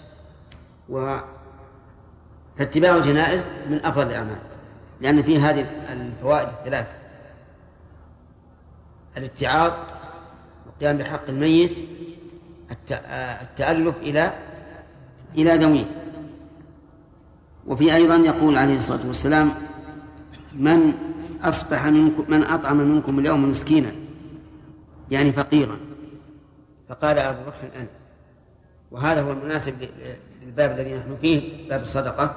فاتباع الجنائز من أفضل الأعمال، لأن فيه هذه الفوائد الثلاث: الاتعاظ والقيام بحق الميت، التألف إلى إلى ذويه. وفي أيضا يقول عليه الصلاة والسلام: من أصبح منكم من أطعم منكم اليوم مسكينا، يعني فقيرا، فقال أبو بكر أنا. وهذا هو المناسب للباب الذي نحن فيه، باب الصدقة.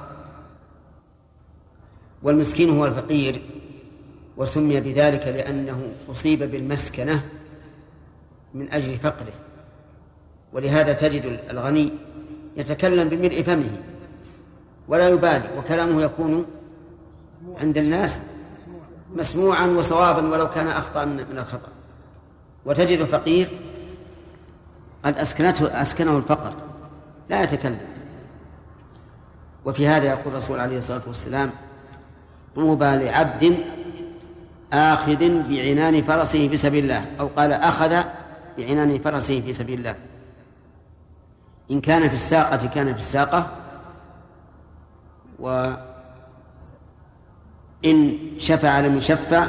والمسكين هو الفقير، وسمي بذلك لأنه أصيب بالمسكنة من أجل فقره. ولهذا تجد الغني يتكلم بملء فمه ولا يبالي، وكلامه يكون عند الناس مسموعا وصوابا ولو كان أخطأ من الخطأ. وتجد الفقير قد أسكنته أسكنه الفقر لا يتكلم. وفي هذا يقول الرسول عليه الصلاة والسلام: طوبى لعبد آخذ بعنان فرسه في سبيل الله، أو قال أخذ بعنان فرسه في سبيل الله. إن كان في الساقة كان في الساقة، وإن شفع لم يشفع،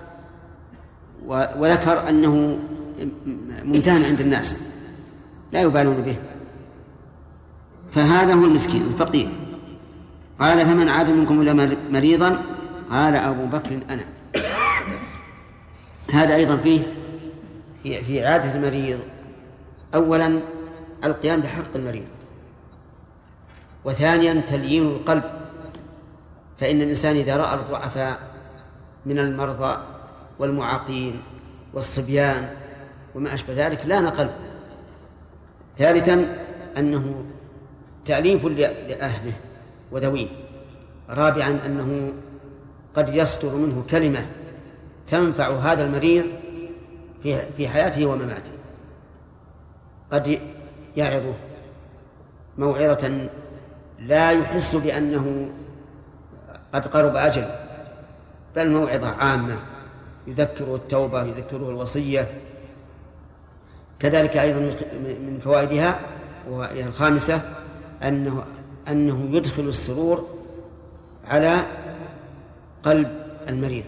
وذكر أنه ممتهن عند الناس لا يبالون به. فهذا هو المسكين الفقير. قال: فمن عاد منكم إلى مريضا، قال أبو بكر أنا. هذا أيضا فيه في عادة المريض أولا القيام بحق المريض، وثانيا تليين القلب. فإن الإنسان إذا رأى الضعفاء من المرضى والمعاقين والصبيان وما أشبه ذلك لان قلبه. ثالثا أنه تأليف لأهله وذويه. رابعا أنه قد يصدر منه كلمة تنفع هذا المريض في حياته ومماته. قد يعظه موعظة لا يحس بأنه قد قرب أجل، بل موعظة عامة يذكره التوبة، يذكره الوصية. كذلك أيضا من فوائدها وهي الخامسة أنه أنه يدخل السرور على قلب المريض.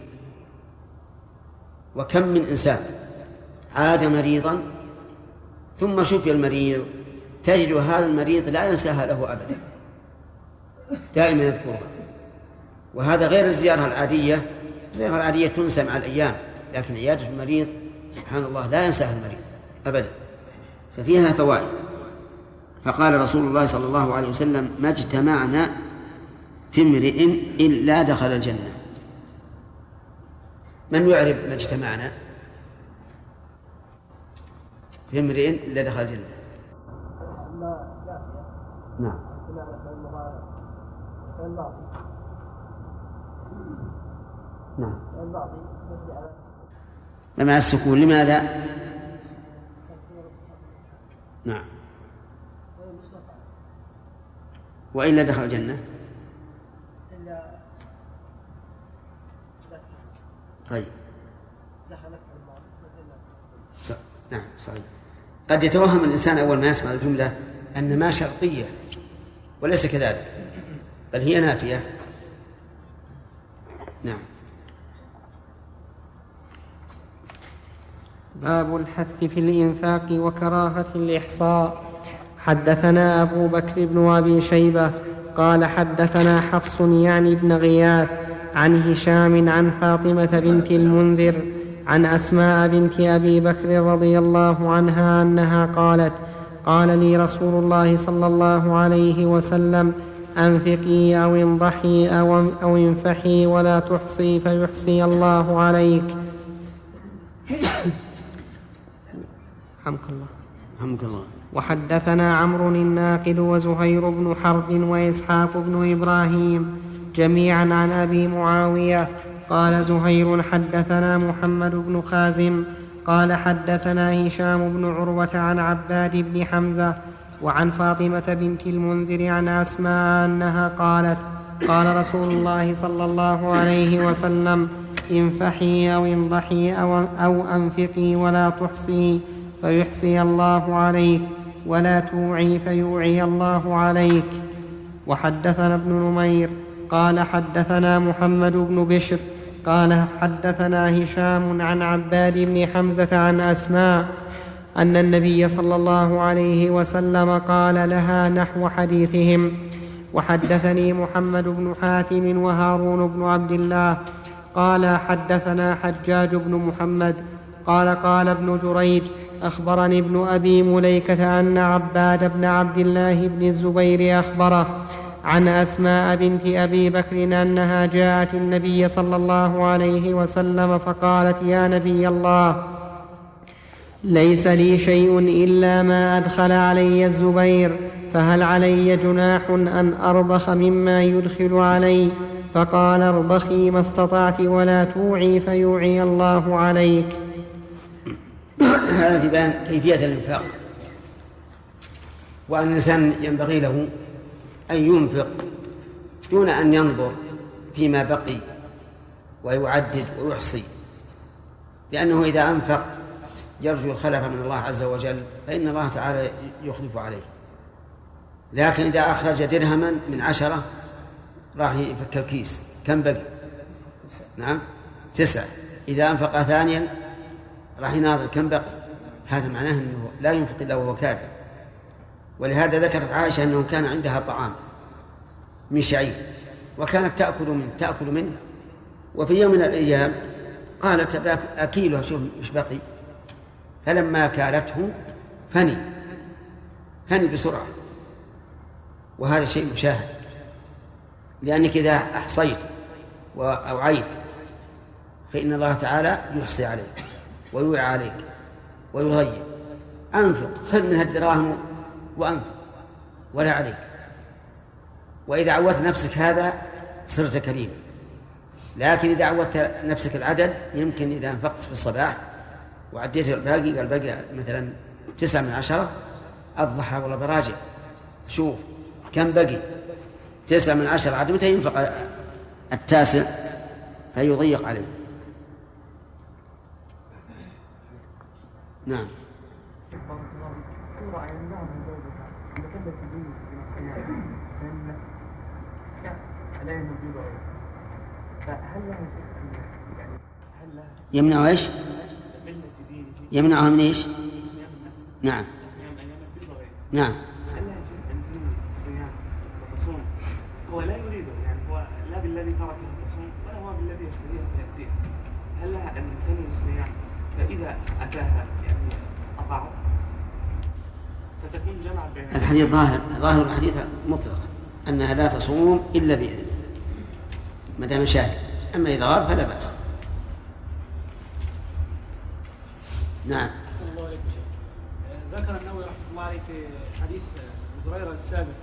وكم من إنسان عاد مريضا ثم شفي المريض تجد هذا المريض لا ينساها له أبدا، دائما يذكرها. وهذا غير الزيارة العادية. الزيارة العادية تنسى مع الأيام، لكن عيادة المريض سبحان الله لا ينساها المريض أبدا، ففيها فوائد. فقال رسول الله صلى الله عليه وسلم: ما اجتمعنا في امرئ إلا دخل الجنة. من يعرف ما اجتمعنا في امرئ إلا دخل الجنة؟ نعم. نعم. مع السكون. لماذا؟ نعم. وإلا دخل الجنة. طيب. نعم صحيح. قد يتوهم الإنسان أول ما يسمع الجملة أن ما شرطية، وليس كذلك، بل هي نافية. نعم. باب الحث في الإنفاق وكراهة الإحصاء. حدثنا أبو بكر بن أبي شيبة قال حدثنا حفص يعني بن غياث عن هشام عن فاطمة بنت المنذر عن أسماء بنت أبي بكر رضي الله عنها أنها قالت: قال لي رسول الله صلى الله عليه وسلم: أنفقي أو انضحي أو, أو انفحي ولا تحصي فيحصي الله عليك. حمك الله. حمك الله. وحدثنا عمرو الناقد وزهير بن حرب وإسحاق بن إبراهيم جميعا عن أبي معاوية قال زهير: حدثنا محمد بن خازم قال حدثنا هشام بن عروة عن عباد بن حمزة وعن فاطمة بنت المنذر عن أسماء أنها قالت: قال رسول الله صلى الله عليه وسلم: انفحي أو انضحي أو, أو أنفقي ولا تحصي فيحصي الله عليك، ولا توعي فيوعي الله عليك. وحدثنا ابن نمير قال حدثنا محمد بن بشر قال حدثنا هشام عن عباد بن حمزة عن أسماء أن النبي صلى الله عليه وسلم قال لها نحو حديثهم. وحدثني محمد بن حاتم وهارون بن عبد الله قال حدثنا حجاج بن محمد قال قال ابن جريج: أخبرني ابن أبي مليكة أن عباد بن عبد الله بن الزبير أخبره عن أسماء بنت أبي بكر أنها جاءت النبي صلى الله عليه وسلم فقالت: يا نبي الله، ليس لي شيء إلا ما أدخل علي الزبير، فهل علي جناح أن أرضخ مما يدخل علي؟ فقال: ارضخي ما استطعت ولا توعي فيوعي الله عليك. هذا في بيان كيفية الإنفاق، وأن الإنسان ينبغي له أن ينفق دون أن ينظر فيما بقي ويعدد ويحصي، لأنه إذا أنفق يرجو الخلف من الله عز وجل فإن الله تعالى يخلف عليه. لكن إذا أخرج درهما من عشرة راح يفك الكيس، كم بقي؟ نعم تسعة. إذا أنفق ثانيا راح يناظر كم بقي، هذا معناه أنه لا ينفق إلا وهو كافر. ولهذا ذكرت عائشة أنه كان عندها طعام من شعير وكانت تأكل منه تأكل منه وفي يوم من الأيام قالت: أكيله شوف إيش بقي. فلما كالته فني فني بسرعة. وهذا شيء مشاهد، لأنك إذا أحصيت وأوعيت فإن الله تعالى يحصي عليك ويوعى عليك ويضيع. أنفق، خذ من هالدراهم وأنفق ولا عليك. وإذا عودت نفسك هذا صرت كريم. لكن إذا عودت نفسك العدد، يمكن إذا أنفقت في الصباح وعديت الباقي، قال بقي مثلا تسعة من عشرة، الضحى ولا براجع شوف كم بقي، تسعة من عشرة، عاد متى ينفق التاسع فيضيق عليه. نعم. يمنع ايش؟ يمنعها من ايش؟ نعم. نعم. هل يجب الصيام وتصوم هو لا يريده، يعني هو لا بالذي تركه تصوم ولا هو بالذي يشتهيه فيأتيه، هل لها أن تنوي الصيام فإذا أتاها يعني أطاعت فتكون جمع بين الحديث ظاهر ظاهر الحديث مطلق أنها لا تصوم إلا بإذنه ما دام شاهد، أما إذا غاب فلا بأس. نعم. أحسن الله عليك شيخ. ذكر النووي رحمه الله عليه في حديث أبي هريرة السابق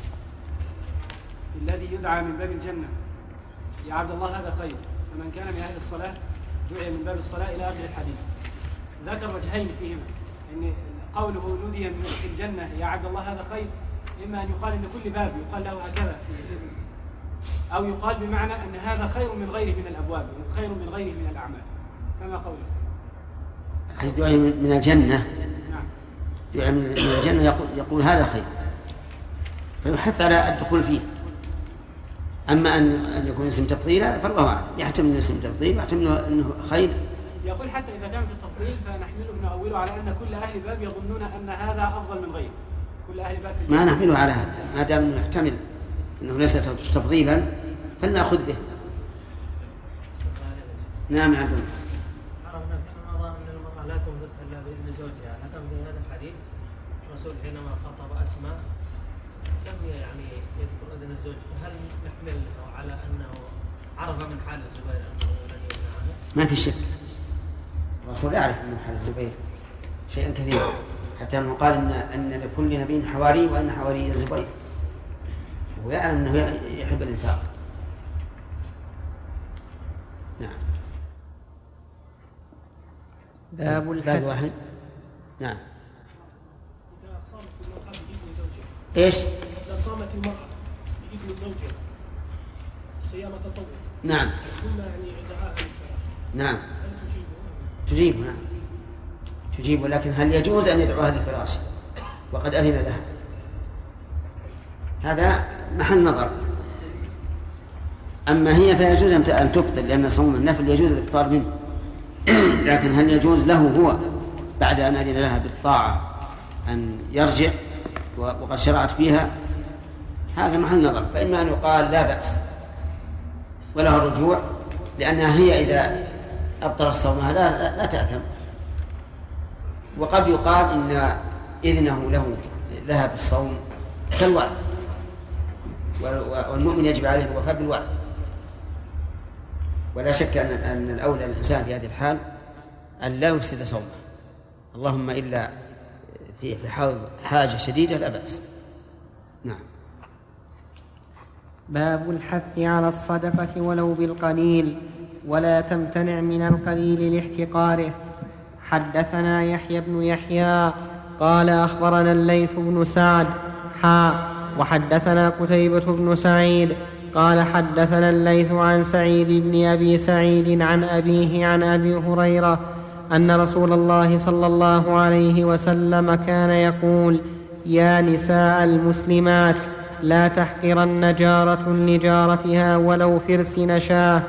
الذي يدعى من باب الجنة يا عبد الله هذا خير، فمن كان من أهل الصلاة دعي من باب الصلاة إلى آخر الحديث. ذكر وجهين فيهما، أن قوله نودي من الجنة يا عبد الله هذا خير، إما أن يقال إن كل باب يقال له هكذا، أو يقال بمعنى أن هذا خير من غيره من الأبواب، خير من غيره من الأعمال، كما قوله دعي من الجنة. نعم. دعي من الجنة يقول, يقول هذا خير فيحث على الدخول فيه. أما أن أن يكون اسم تفضيل فالله أعلم، يحتمل اسم تفضيل ويحتمل أنه خير. يقول حتى إذا كان في التفضيل فنحمله نؤوله على أن كل أهل باب يظنون أن هذا أفضل من غيره. كل أهل باب ما نحمله على هذا، ما دام أنه يحتمل أنه ليس تفضيلا فلنأخذ به. نعم يا عبد الله. عرفنا في رمضان أن المرأة لا تنفق إلا بإذن زوجها، لكن في هذا الحديث الرسول حينما خطب أسماء لم يعني يذكر إذن الزوج، فهل نحمل على أنه عرف من حال الزبير أنه لن يمنع عنه؟ ما في شك، الرسول يعرف من حال الزبير شيئا كثيرا، حتى أنه قال إن, أن لكل نبي حواري وأن حواري الزبير، ويعلم أنه يحب الإنفاق. نعم. باب باب واحد. نعم. إذا صامت المرأة بإذن زوجها. إيش؟ إذا صامت المرأة بإذن زوجها صيام تطوع. نعم. ثم يعني دعاها للفراش. نعم. هل تجيب؟ نعم تجيب، ولكن هل يجوز أن يدعوها للفراش وقد أذن لها؟ هذا محل نظر. أما هي فيجوز أن تبطل، لأن صوم النفل يجوز الإبطال منه، لكن هل يجوز له هو بعد أن أذن لها بالطاعة أن يرجع وقد شرعت فيها؟ هذا محل نظر. فإما أن يقال لا بأس وله الرجوع، لأنها هي إذا أبطل الصوم لا, لا, لا تأثم، وقد يقال إن إذنه له لها بالصوم كالوعد، والمؤمن يجب عليه الوفاء بالوعد. ولا شك أن أن الأولى الإنسان في هذه الحال أن لا يفسد صومه، اللهم إلا في حال حاجة شديدة لا بأس. نعم. باب الحث على الصدقة ولو بالقليل، ولا تمتنع من القليل لاحتقاره. حدثنا يحيى بن يحيى قال أخبرنا الليث بن سعد حا وحدثنا قتيبة بن سعيد قال حدثنا الليث عن سعيد بن أبي سعيد عن أبيه عن أبي هريرة أن رسول الله صلى الله عليه وسلم كان يقول: يا نساء المسلمات لا تحقرن جارة لجارتها ولو فرس نشاه.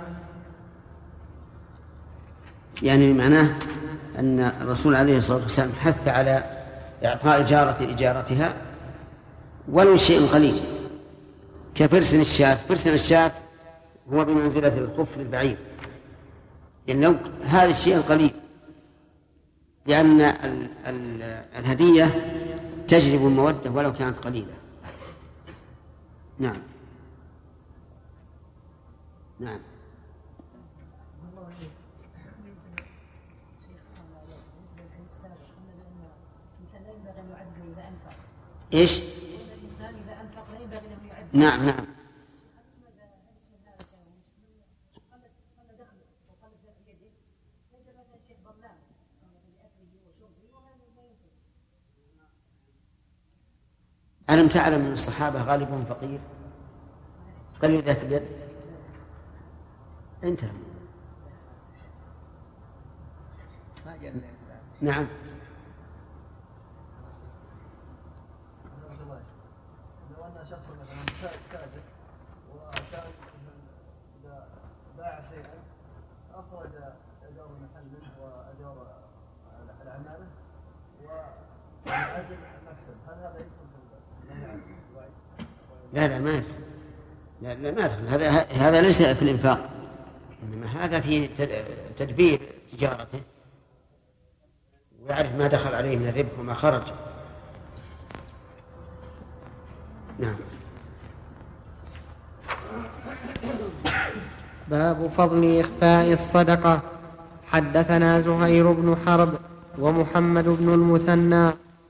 يعني معناه أن الرسول عليه الصلاة والسلام حث على إعطاء الجارة لجارتها ولو شيء قليل، كفرس الشاة. فرس الشاة هو بمنزلة الخف للبعير، يعني لو هذا الشيء القليل، لأن ال ال الهدية تجلب المودة ولو كانت قليلة. نعم. نعم. إيش؟ نعم نعم. ألم تعلم من الصحابة غالبهم فقير قليل ذات اليد؟ انتهى. نعم. لو أن شخص مثلا تاجر وكان إذا باع شيئا أخرج أجار المحل منه وأجار العمالة لا لا ما يدخل. لا لا ما يدخل. هذا هذا ليس في الإنفاق، إنما هذا في تدبير تجارته، ويعرف ما دخل عليه من الربح وما خرج. نعم. باب فضل إخفاء الصدقة. حدثنا زهير بن حرب ومحمد بن المثنى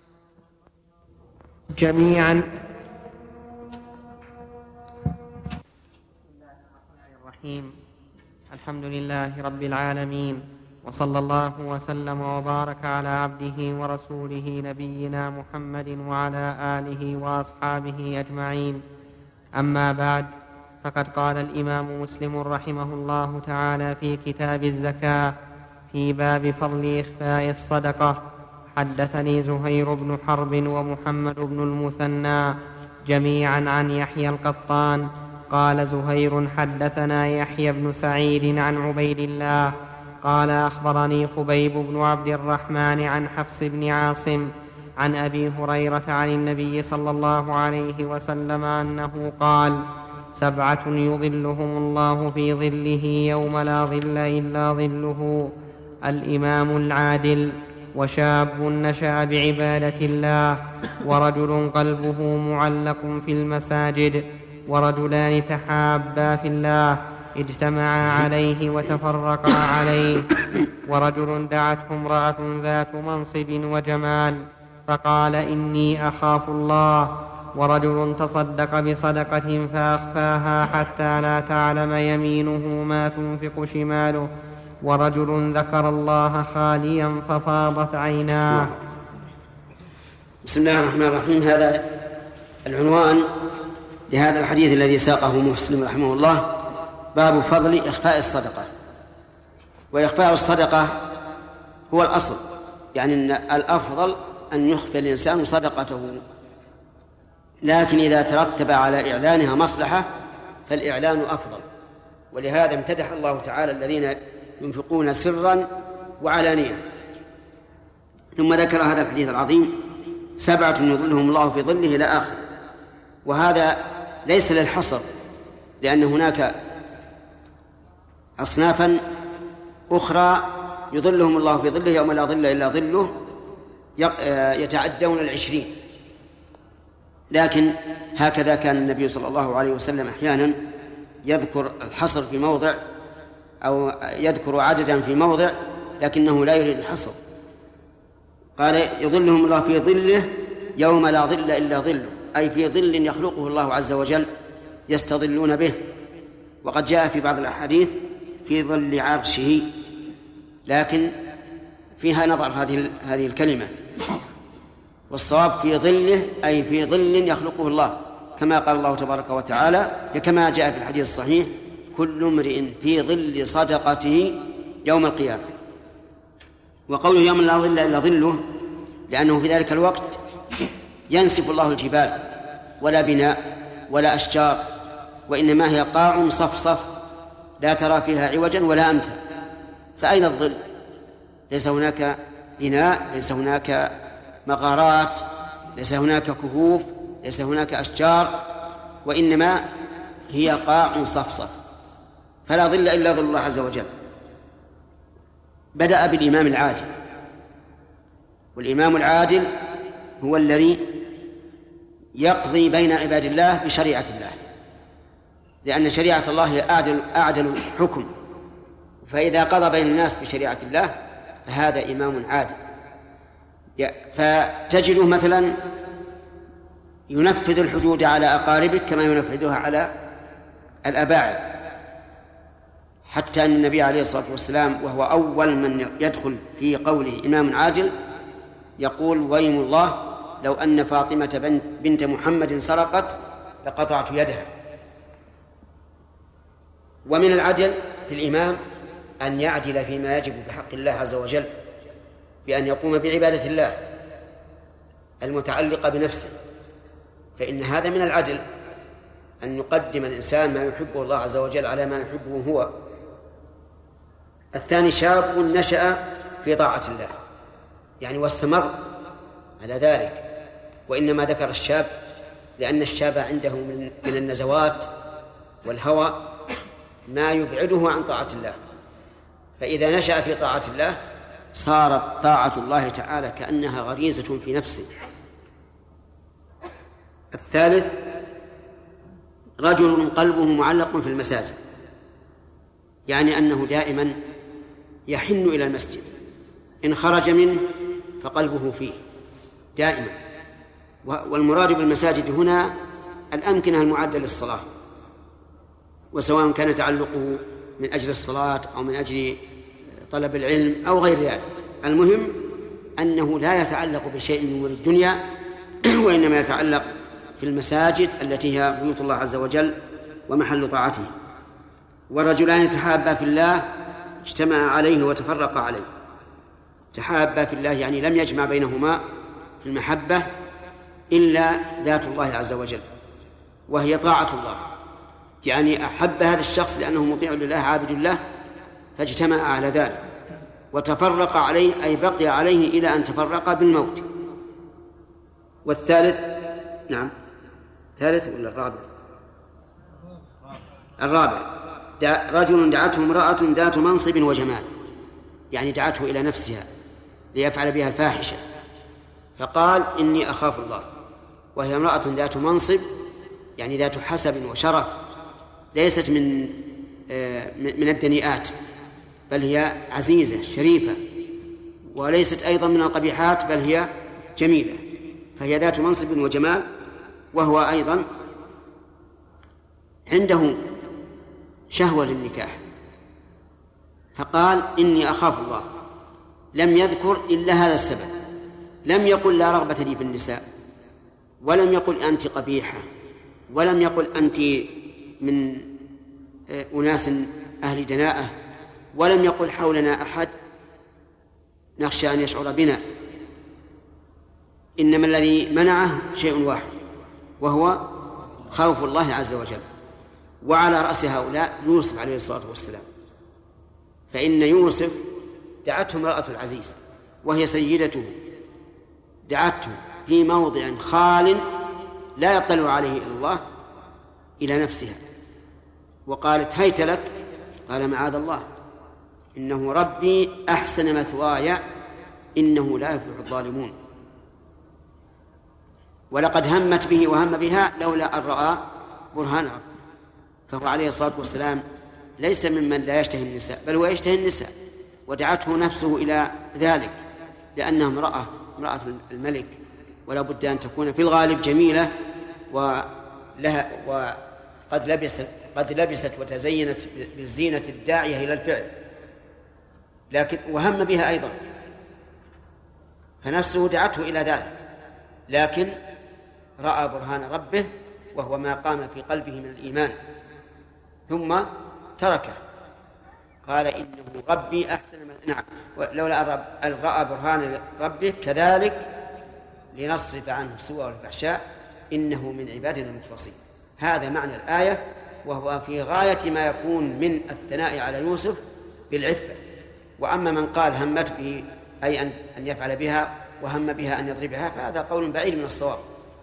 جميعا. الرحيم. الحمد لله رب العالمين، وصلى الله وسلم وبارك على عبده ورسوله نبينا محمد وعلى آله وأصحابه أجمعين. أما بعد، فقد قال الإمام مسلم رحمه الله تعالى في كتاب الزكاة في باب فضل إخفاء الصدقة: حدثني زهير بن حرب ومحمد بن المثنى جميعا عن يحيى القطان قال زهير: حدثنا يحيى بن سعيد عن عبيد الله قال: أخبرني خبيب بن عبد الرحمن عن حفص بن عاصم عن أبي هريرة عن النبي صلى الله عليه وسلم أنه قال: سبعة يظلهم الله في ظله يوم لا ظل إلا ظله: الإمام العادل، وشاب نشأ بعبادة الله، ورجل قلبه معلق في المساجد، ورجلان تحابا في الله اجتمعا عليه وتفرقا عليه، ورجل دعته امرأة ذات منصب وجمال فقال: إني أخاف الله، ورجل تصدق بصدقة فأخفاها حتى لا تعلم يمينه ما تنفق شماله، ورجل ذكر الله خاليا ففاضت عيناه. بسم الله الرحمن الرحيم. هذا العنوان لهذا الحديث الذي ساقه مسلم رحمه الله: باب فضل إخفاء الصدقة. وإخفاء الصدقة هو الأصل، يعني أن الأفضل أن يخفي الإنسان صدقته، لكن إذا ترتب على إعلانها مصلحة فالإعلان أفضل. ولهذا امتدح الله تعالى الذين ينفقون سرا وعلانية. ثم ذكر هذا الحديث العظيم: سبعة يظلهم الله في ظله إلى آخر. وهذا ليس للحصر، لأن هناك أصنافا أخرى يظلهم الله في ظله يوم لا ظل إلا ظله، يتعدون العشرين. لكن هكذا كان النبي صلى الله عليه وسلم أحيانا يذكر الحصر في موضع أو يذكر عددا في موضع، لكنه لا يريد الحصر. قال: يظلهم الله في ظله يوم لا ظل إلا ظله، أي في ظل يخلقه الله عز وجل يستظلون به. وقد جاء في بعض الأحاديث في ظل عرشه، لكن فيها نظر هذه هذه الكلمة، والصواب في ظله أي في ظل يخلقه الله، كما قال الله تبارك وتعالى، كما جاء في الحديث الصحيح: كل امرئ في ظل صدقته يوم القيامة. وقوله يوم لا ظل إلا ظله لأنه في ذلك الوقت ينسف الله الجبال، ولا بناء ولا أشجار، وإنما هي قاع صفصف لا ترى فيها عوجا ولا أمتا. فأين الظل؟ ليس هناك بناء، ليس هناك مغارات، ليس هناك كهوف، ليس هناك أشجار، وإنما هي قاع صفصف، فلا ظل إلا ظل الله عز وجل. بدأ بالإمام العادل، والإمام العادل هو الذي يقضي بين عباد الله بشريعة الله، لأن شريعة الله هي أعدل, أعدل حكم، فإذا قضى بين الناس بشريعة الله فهذا إمام عادل. فتجده مثلا ينفذ الحدود على أقاربك كما ينفذها على الأباعد، حتى أن النبي عليه الصلاة والسلام وهو أول من يدخل في قوله إمام عادل يقول: ويم الله لو أن فاطمة بنت محمد سرقت لقطعت يدها. ومن العدل في الإمام أن يعدل فيما يجب بحق الله عز وجل، بأن يقوم بعبادة الله المتعلقة بنفسه، فإن هذا من العدل أن يقدم الإنسان ما يحبه الله عز وجل على ما يحبه هو. الثاني شاب نشأ في طاعة الله، يعني واستمر على ذلك، وإنما ذكر الشاب لأن الشاب عنده من النزوات والهوى ما يبعده عن طاعة الله، فإذا نشأ في طاعة الله صارت طاعة الله تعالى كأنها غريزة في نفسه. الثالث رجل قلبه معلق في المساجد، يعني أنه دائما يحن إلى المسجد، إن خرج منه فقلبه فيه دائما. والمراد بالمساجد هنا الأمكنة المعدة للصلاة، وسواء كان تعلقه من أجل الصلاة أو من أجل طلب العلم أو غير ذلك، المهم أنه لا يتعلق بشيء من أمور الدنيا وإنما يتعلق في المساجد التي هي بيوت الله عز وجل ومحل طاعته. ورجلان تحابا في الله اجتمعا عليه وتفرقا عليه. تحابا في الله يعني لم يجمع بينهما في المحبة إلا ذات الله عز وجل وهي طاعة الله، يعني أحب هذا الشخص لأنه مطيع لله عابد الله فاجتمع على ذلك، وتفرق عليه أي بقي عليه إلى أن تفرق بالموت. والثالث نعم ثالث ولا الرابع؟ الرابع رجل دعته امرأة ذات منصب وجمال، يعني دعته إلى نفسها ليفعل بها الفاحشة فقال إني أخاف الله، وهي امرأة ذات منصب يعني ذات حسب وشرف، ليست من من الدنيئات بل هي عزيزة شريفة، وليست أيضا من القبيحات بل هي جميلة، فهي ذات منصب وجمال، وهو أيضا عنده شهوة للنكاح فقال إني أخاف الله. لم يذكر إلا هذا السبب، لم يقل لا رغبة لي في النساء، ولم يقل أنت قبيحة، ولم يقل أنت من أناس أهل دناءة، ولم يقل حولنا أحد نخشى أن يشعر بنا، إنما الذي منعه شيء واحد وهو خوف الله عز وجل. وعلى رأس هؤلاء يوسف عليه الصلاة والسلام، فإن يوسف دعته امرأة العزيز وهي سيدته، دعته في موضع خال لا يطلع عليه إلا الله إلى نفسها، وقالت هيت لك، قال معاذ الله إنه ربي أحسن مثواي إنه لا يفلح الظالمون. ولقد همت به وهم بها لولا أن رأى برهان ربه، فهو عليه الصلاة والسلام ليس ممن لا يشتهي النساء بل هو يشتهي النساء، ودعته نفسه إلى ذلك لأنها امرأة امرأة الملك، ولا بد أن تكون في الغالب جميلة ولها وقد لبست قد لبست وتزينت بالزينة الداعية إلى الفعل، لكن وهم بها أيضا، فنفسه دعته إلى ذلك، لكن رأى برهان ربه وهو ما قام في قلبه من الإيمان ثم تركه، قال إنه ربي أحسن ما نعم لولا أن رأى برهان ربه كذلك لنصرف عنه السوء والفحشاء إنه من عبادنا المخلصين. هذا معنى الآية، وهو في غاية ما يكون من الثناء على يوسف بالعفة. وأما من قال همت به أي أن يفعل بها وهم بها أن يضربها فهذا قول بعيد من الصواب.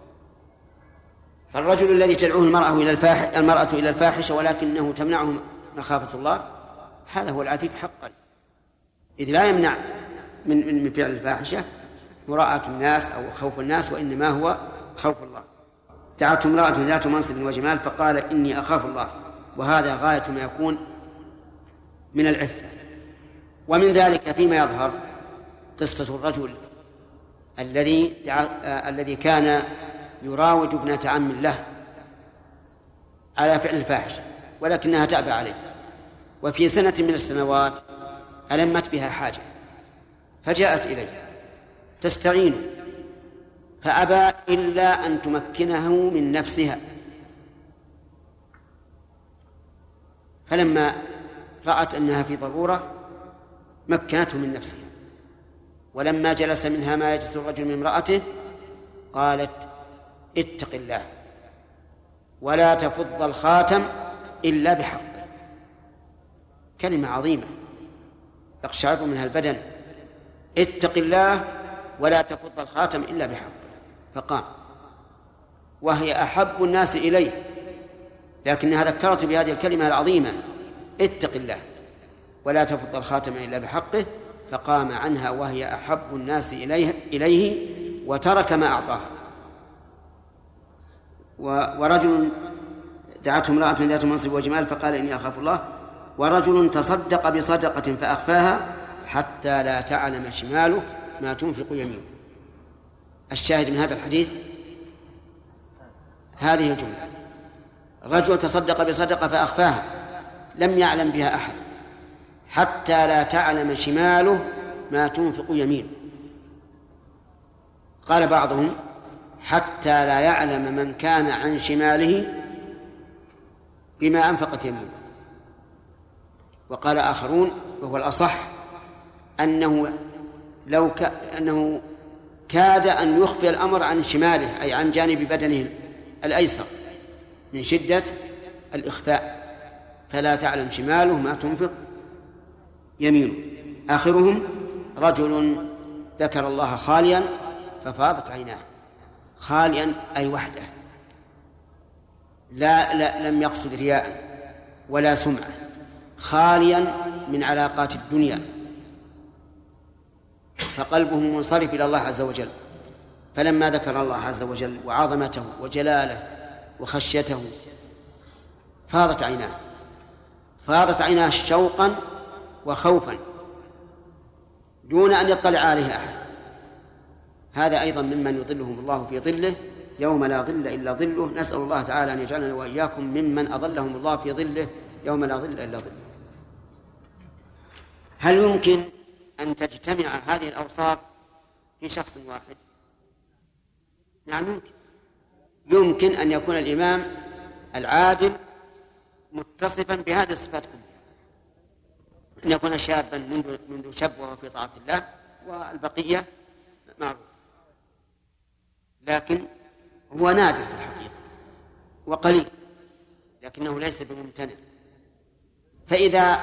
فالرجل الذي تدعوه المرأة إلى الفاحشة المرأة إلى الفاحشة ولكنه تمنعه مخافة الله، هذا هو العفيف حقا، إذ لا يمنع من من فعل الفاحشة مراءة الناس أو خوف الناس، وإنما هو خوف الله. دعته امرأة ذات منصب وجمال فقال إني أخاف الله، وهذا غاية ما يكون من العفة. ومن ذلك فيما يظهر قصة الرجل الذي الذي كان يراود ابنة عم له على فعل الفاحشة ولكنها تأبى عليه، وفي سنة من السنوات ألمت بها حاجة فجاءت إليه تستعين، فأبى إلا أن تمكنه من نفسها، فلما رأت أنها في ضرورة مكنته من نفسها، ولما جلس منها ما يجلس الرجل من امرأته قالت اتق الله ولا تفض الخاتم إلا بحقه. كلمة عظيمة يقشعر منها البدن، اتق الله ولا تفض الخاتم إلا بحق، فقام، وهي أحب الناس إليه، لكنها ذكرت بهذه الكلمة العظيمة: اتق الله ولا تفض الخاتم إلا بحقه، فقام عنها وهي أحب الناس إليه, إليه وترك ما أعطاه. ورجل دعته امرأة ذات منصب وجمال فقال إني أخاف الله، ورجل تصدق بصدقة فأخفاها حتى لا تعلم شماله ما تنفق يمينه. الشاهد من هذا الحديث هذه الجملة: رجل تصدق بصدقة فأخفاها لم يعلم بها أحد حتى لا تعلم شماله ما تنفق يمينه. قال بعضهم: حتى لا يعلم من كان عن شماله بما أنفقت يمينه. وقال آخرون وهو الأصح أنه لو ك... أنه كاد أن يخفي الأمر عن شماله، أي عن جانب بدنه الأيسر من شدة الإخفاء، فلا تعلم شماله ما تنفق يمينه. آخرهم: رجل ذكر الله خاليا ففاضت عيناه. خاليا أي وحده، لا, لا لم يقصد رياء ولا سمعة، خاليا من علاقات الدنيا، فقلبه منصرف إلى الله عز وجل. فلما ذكر الله عز وجل وعظمته وجلاله وخشيته فاضت عيناه، فاضت عيناه شوقا وخوفا دون أن يطلع عليه أحد. هذا أيضا ممن يظلهم الله في ظله يوم لا ظل إلا ظله. نسأل الله تعالى أن يجعلنا وإياكم ممن أظلهم الله في ظله يوم لا ظل إلا ظله. هل يمكن أن تجتمع هذه الأوصاف في شخص واحد؟ نعم يمكن. يمكن أن يكون الإمام العادل متصفا بهذه الصفات كلها، أن يكون شابا منذ منذ شب وهو في طاعة الله، والبقية معروف، لكن هو نادر في الحقيقة وقليل، لكنه ليس بممتنع. فإذا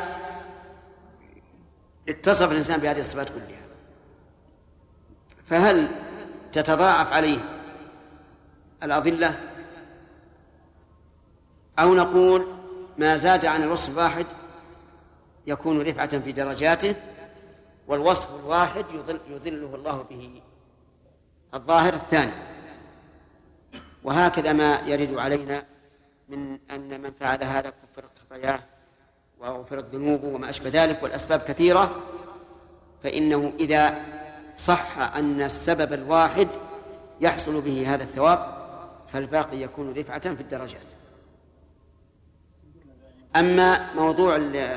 اتصف الإنسان بهذه الصفات كلها فهل تتضاعف عليه الأضلة، أو نقول ما زاد عن الوصف الواحد يكون رفعة في درجاته، والوصف الواحد يضل يضله الله به الظاهر الثاني؟ وهكذا ما يرد علينا من أن من فعل هذا كفرت خطاياه وغفرت ذنوبه وما أشبه ذلك، والأسباب كثيرة. فإنه إذا صح أن السبب الواحد يحصل به هذا الثواب فالباقي يكون رفعة في الدرجات. أما موضوع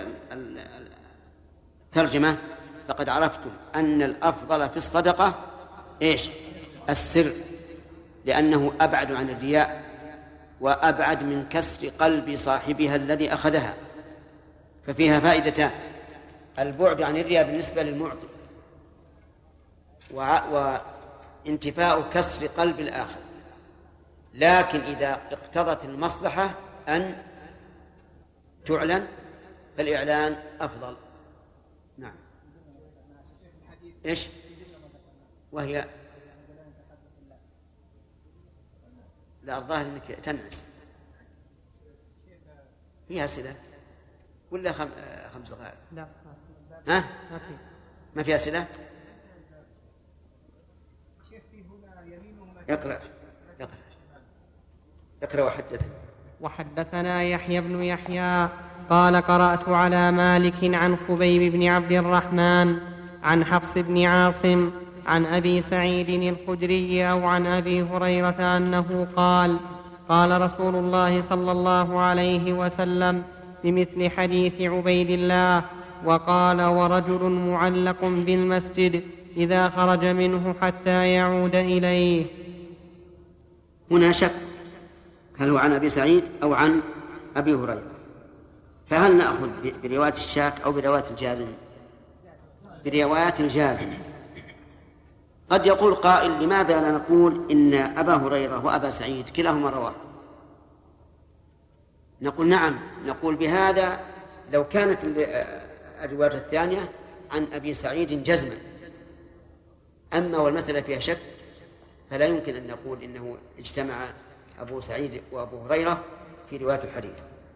الترجمة فقد عرفتم أن الأفضل في الصدقة إيش؟ السر، لأنه أبعد عن الرياء وأبعد من كسر قلب صاحبها الذي أخذها، ففيها فائدتان: البعد عن الرياء بالنسبة للمعطي، وانتفاء كسر قلب الآخر. لكن إذا اقتضت المصلحة أن تعلن فالإعلان أفضل. نعم. إيش؟ وهي لا، الظاهر أنك تنعس. فيها أسئلة ولا خم... خمس دقائق؟ لا. ها؟ ما فيها أسئلة؟ اقرأ اقرأ اقرأ وحدثنا. وحدثنا يحيى بن يحيى قال قرأت على مالك عن خبيب بن عبد الرحمن عن حفص بن عاصم عن أبي سعيد الخدري أو عن أبي هريرة أنه قال: قال رسول الله صلى الله عليه وسلم بمثل حديث عبيد الله: وقال: ورجل معلق بالمسجد إذا خرج منه حتى يعود إليه. هنا شك هل هو عن أبي سعيد أو عن أبي هريرة، فهل نأخذ برواية الشاك أو برواية الجازم؟ برواية الجازم. قد يقول قائل: لماذا لا نقول إن أبا هريرة وأبا سعيد كلاهما رواه؟ نقول نعم، نقول بهذا لو كانت الرواية الثانية عن أبي سعيد جزما، أما والمسألة فيها شك فلا يمكن أن نقول إنه اجتمع أبو سعيد وأبو هريرة في رواية الحديث.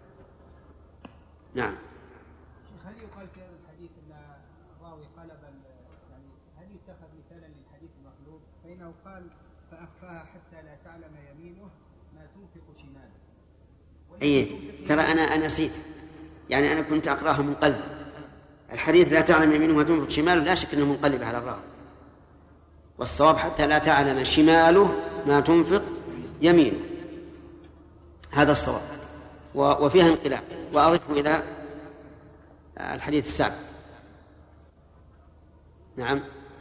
نعم. هل يقال في هذا الحديث أن الراوي قلب يعني هل يتخذ مثالا للحديث المقلوب؟ فإنه قال فأخفاها حتى لا تعلم يمينه ما تنفق شماله. إيه ترى أنا أنا نسيت، يعني أنا كنت أقرأها من قلب. الحديث لا تعلم يمينه ما تنفق شماله لا شك أنه منقلب على الراوي، والصواب حتى لا تعلم شماله ما تنفق يمينه، هذا الصواب. وفيها انقلاب. وأضيف إلى الحديث السابق. نعم.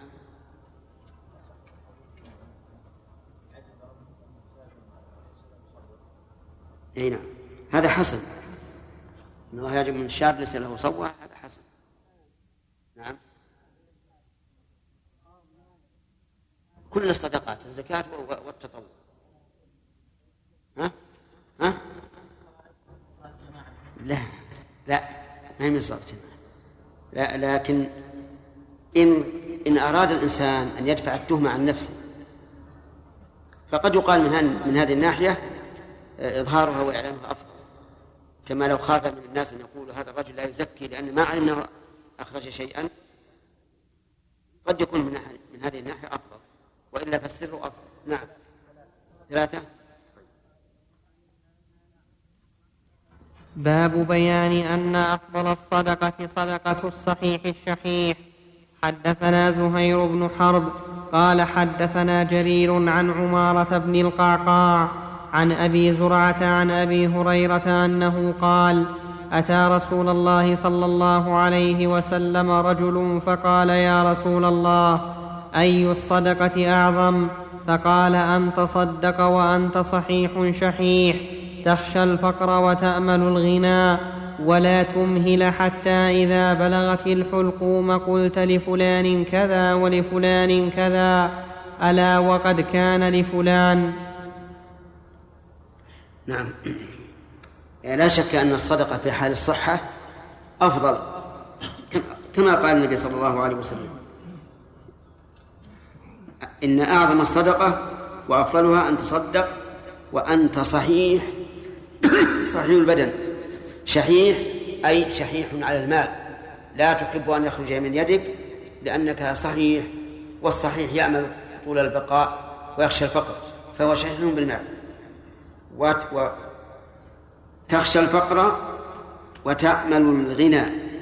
أي نعم هذا حسن، إن الله يجب من الشاب ليس له صوة، هذا حسن. نعم. كل الصدقات الزكاة والتطوع. ها ها لا لا ما هي من صلاة الجماعة، لا، لكن إن إن أراد الإنسان أن يدفع التهمة عن نفسه فقد يقال من من هذه الناحية إظهارها وإعلانها أفضل، كما لو خاف من الناس أن يقولوا هذا الرجل لا يزكي لأن ما علمنا أخرج شيئا، قد يكون من, من هذه الناحية أفضل، وإلا فالسر أفضل. نعم. ثلاثة. باب بيان أن أفضل الصدقة صدقة الصحيح الشحيح. حدثنا زهير بن حرب قال حدثنا جرير عن عمارة بن القعقاع عن أبي زرعة عن أبي هريرة أنه قال أتى رسول الله صلى الله عليه وسلم رجل فقال يا رسول الله أي الصدقة أعظم؟ فقال أن تصدق وأنت صحيح شحيح تخشى الفقر وتأمل الغنى ولا تمهل حتى إذا بلغت الحلقوم قلت لفلان كذا ولفلان كذا ألا وقد كان لفلان. نعم. لا شك أن الصدقة في حال الصحة أفضل، كما قال النبي صلى الله عليه وسلم إن أعظم الصدقة وأفضلها أن تصدق وأنت صحيح صحيح البدن شحيح، أي شحيح على المال، لا تحب أن يخرج من يدك لأنك صحيح، والصحيح يأمل طول البقاء ويخشى الفقر، فهو شحيح بالمال. وتخشى الفقر وتأمل الغنى،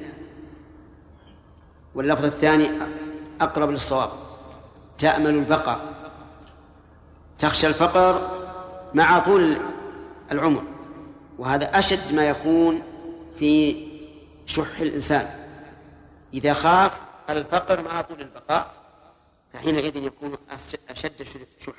واللفظ الثاني أقرب للصواب، تأمل البقاء. تخشى الفقر مع طول العمر، وهذا أشد ما يكون في شح الإنسان، إذا خاف الفقر مع طول البقاء فحينئذ يكون أشد شحا.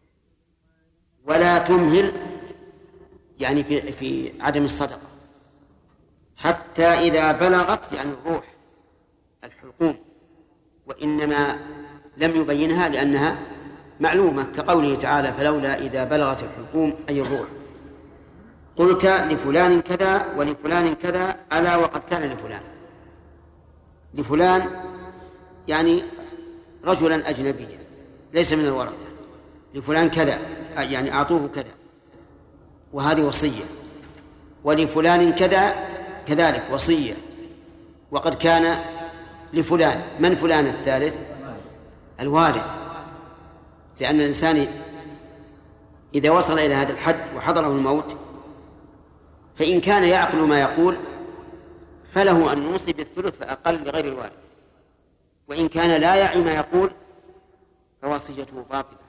ولا تمهل يعني في, في عدم الصدقة حتى إذا بلغت يعني الروح الحلقوم، وإنما لم يبينها لأنها معلومة، كقوله تعالى فلولا إذا بلغت الحلقوم أي الروح قلت لفلان كذا ولفلان كذا ألا وقد كان لفلان. لفلان يعني رجلا أجنبيا ليس من الورثة، لفلان كذا يعني أعطوه كذا، وهذه وصية. ولفلان كذا كذلك وصية، وقد كان لفلان. من فلان الثالث؟ الوارث، لأن الإنسان إذا وصل إلى هذا الحد وحضره الموت فإن كان يعقل ما يقول فله أن يوصي بالثلث فأقل لغير الوارث، وإن كان لا يعي ما يقول فوصيته باطلة.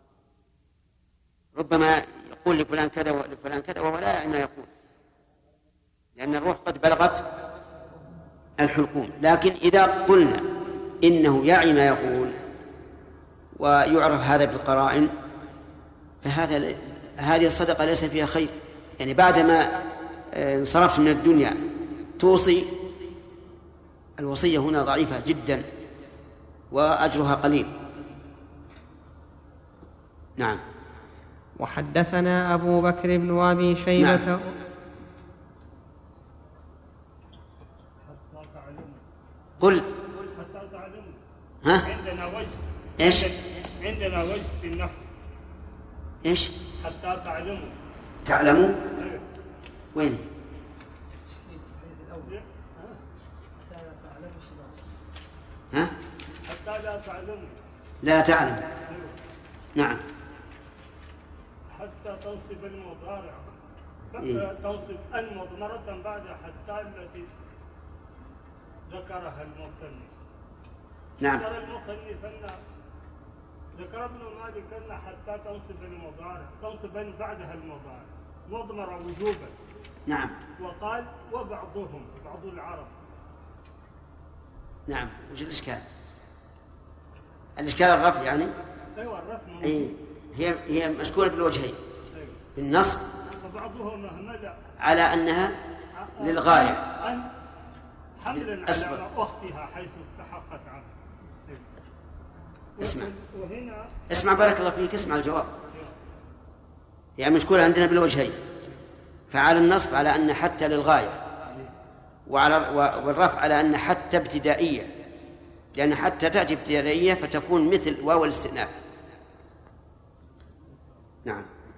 ربما يقول لفلان كذا ولفلان كذا وهو لا يعي ما يقول، لأن الروح قد بلغت الحلقوم. لكن إذا قلنا إنه يعي ما يقول ويعرف هذا بالقرائن فهذا هذه الصدقة ليس فيها خير، يعني بعدما انصرفت من الدنيا توصي، الوصية هنا ضعيفة جدا وأجرها قليل. نعم. وحدثنا أبو بكر بن أبي شيبة. نعم. قل حتى تعلم ها؟ عندنا وجه إيش؟ عندنا وجه في النحو. إيش؟ حتى تعلموا. تعلموا؟ وين؟ ها؟ حتى لا تعلموا. لا تعلم. نعم. حتى تنصب المضارع. إيه؟ تنصب المضمرة بعد حتى التي ذكرها المصنف. نعم. ذكر المصنف أن ذكر ابن مالك أن حتى تنصب المضارع تنصب بعدها المضارع مضمرة وجوبا. نعم. وقال وبعضهم بعض العرب. نعم. وش الإشكال؟ الإشكال الرفع يعني؟ أيوة الرفع. أي هي هي مشكولة بالوجهين. أيوة. بالنصب. فبعضهم همل على أنها للغاية. أن حملا على أختها حيث استحقت عنه. اسمع. وهنا اسمع بارك الله فيك، اسمع الجواب. يعني مشكولة عندنا بالوجهين، فعلى النصب على أن حتى للغاية، وعلى والرفع على أن حتى ابتدائية، لأن حتى تأتي ابتدائية فتكون مثل واو الاستئناف. نعم.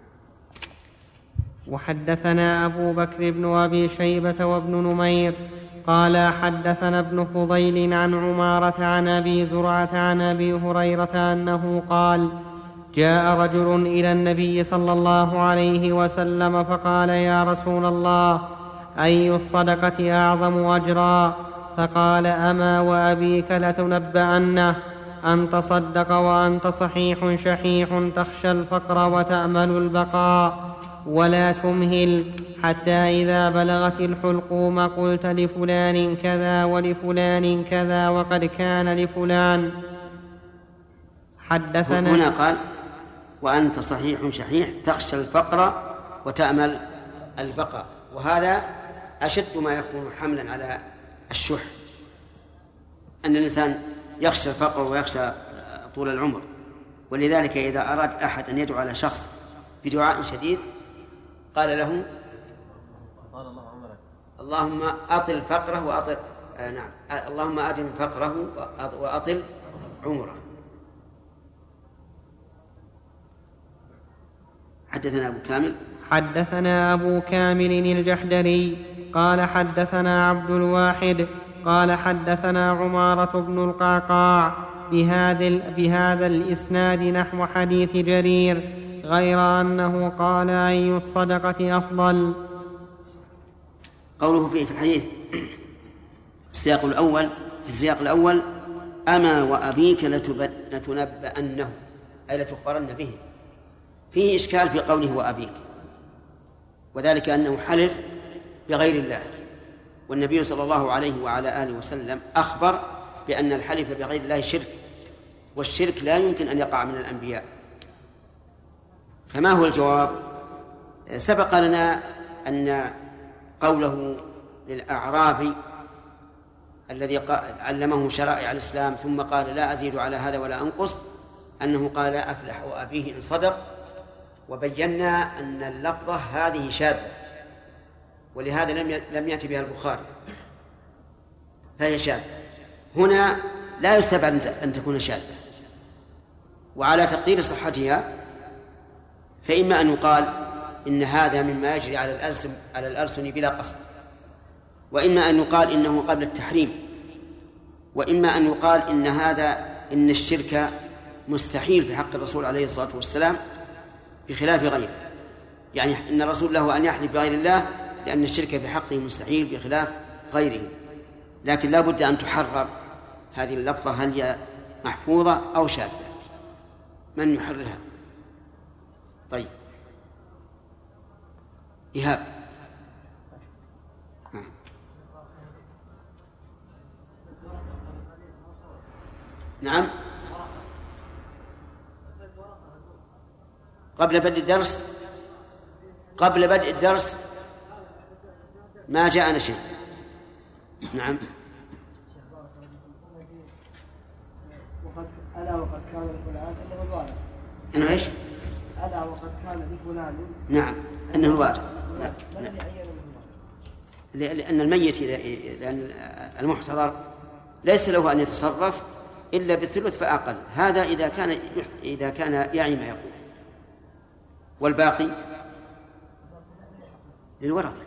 وحدثنا أبو بكر بن أبي شيبة وابن نمير قال حدثنا ابن فضيل عن عمارة عن أبي زرعة عن أبي هريرة أنه قال جاء رجل إلى النبي صلى الله عليه وسلم فقال يا رسول الله أي الصدقة أعظم أجرا؟ فقال أما وأبيك لتنبأنه أن تصدق وأنت صحيح شحيح تخشى الفقر وتأمل البقاء ولا تمهل حتى إذا بلغت الحلقوم قلت لفلان كذا ولفلان كذا وقد كان لفلان. حدثنا هنا قال وأنت صحيح شحيح تخشى الفقر وتأمل البقاء، وهذا أشد ما يكون حملا على الشح، أن الإنسان يخشى الفقر ويخشى طول العمر. ولذلك إذا أراد أحد أن يدعو على شخص بدعاء شديد قال له اللهم أطل فقره وأطل آه نعم اللهم أدم فقره وأطل عمره. حدثنا أبو كامل حدثنا أبو كامل الجحدري قال حدثنا عبد الواحد قال حدثنا عمارة بن القعقاع بهذا, بهذا الإسناد نحو حديث جرير غير أنه قال أي الصدقة أفضل. قوله في الحديث السياق الأول في السياق الأول أما وأبيك لتنبأنه أي لتخبرن به، فيه إشكال في قوله وأبيك، وذلك أنه حلف بغير الله، والنبي صلى الله عليه وعلى آله وسلم أخبر بأن الحلف بغير الله شرك، والشرك لا يمكن أن يقع من الأنبياء. فما هو الجواب؟ سبق لنا أن قوله للأعرابي الذي علمه شرائع الإسلام ثم قال لا أزيد على هذا ولا أنقص أنه قال لا أفلح وأبيه إن صدق، وبينا أن اللفظة هذه شاذة، ولهذا لم لم يأتي بها البخاري فهي شاذة. هنا لا يستبعد أن تكون شاذة، وعلى تقدير صحتها فإما أن يقال إن هذا مما يجري على الألسن على الألسن بلا قصد، وإما أن يقال إنه قبل التحريم، وإما أن يقال إن هذا إن الشرك مستحيل في حق الرسول عليه الصلاة والسلام بخلاف غيره، يعني إن الرسول له أن يحلف بغير الله لأن الشرك في حقه مستحيل بخلاف غيره. لكن لا بد أن تحرر هذه اللفظة، هل هي محفوظة أو شاذة؟ من يحررها؟ طيب إيهاب. نعم قبل بدء الدرس قبل بدء الدرس ما جاءنا شيء. نعم وقد ألا وقد كان لفلان إنه الوارث. إنه إيش؟ ألا وقد كان لفلان. نعم إنه الوارث. نعم. ما الذي عينه لأن الميت لأن المحتضر ليس له أن يتصرف إلا بالثلث فأقل. هذا إذا كان إذا كان يعي ما يقول. والباقي للورثة.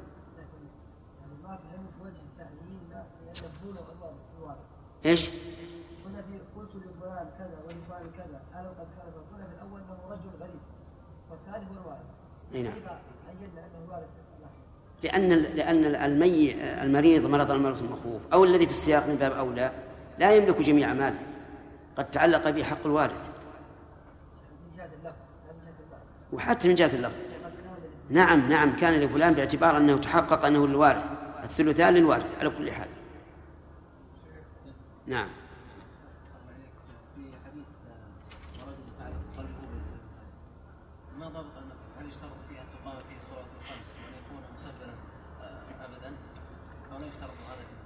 إيش؟ هنا في قلت لفلان كذا ولفلان كذا قالوا قد كان هنا في الأول أنه رجل غريب والثاني هو الوارث. نعم. عينا أنه الوارث. لأن لأن المي المريض مرض المرض المخوف أو الذي في السياق من باب أولى لا يملك جميع ماله، قد تعلق به حق الوارث. وحتى من جهة اللفظ. نعم نعم كان لفلان باعتبار أنه تحقق أنه الوارث، الثلثان للوارث على كل حال. نعم. في حديث ورجل تعلق قلبه بالمساجد، ما ضابط المسجد؟ هل يشترط فيها أن تقام فيه الصلاة الخمس وأن يكون مسجلا أبدا أو لا يشترط هذا في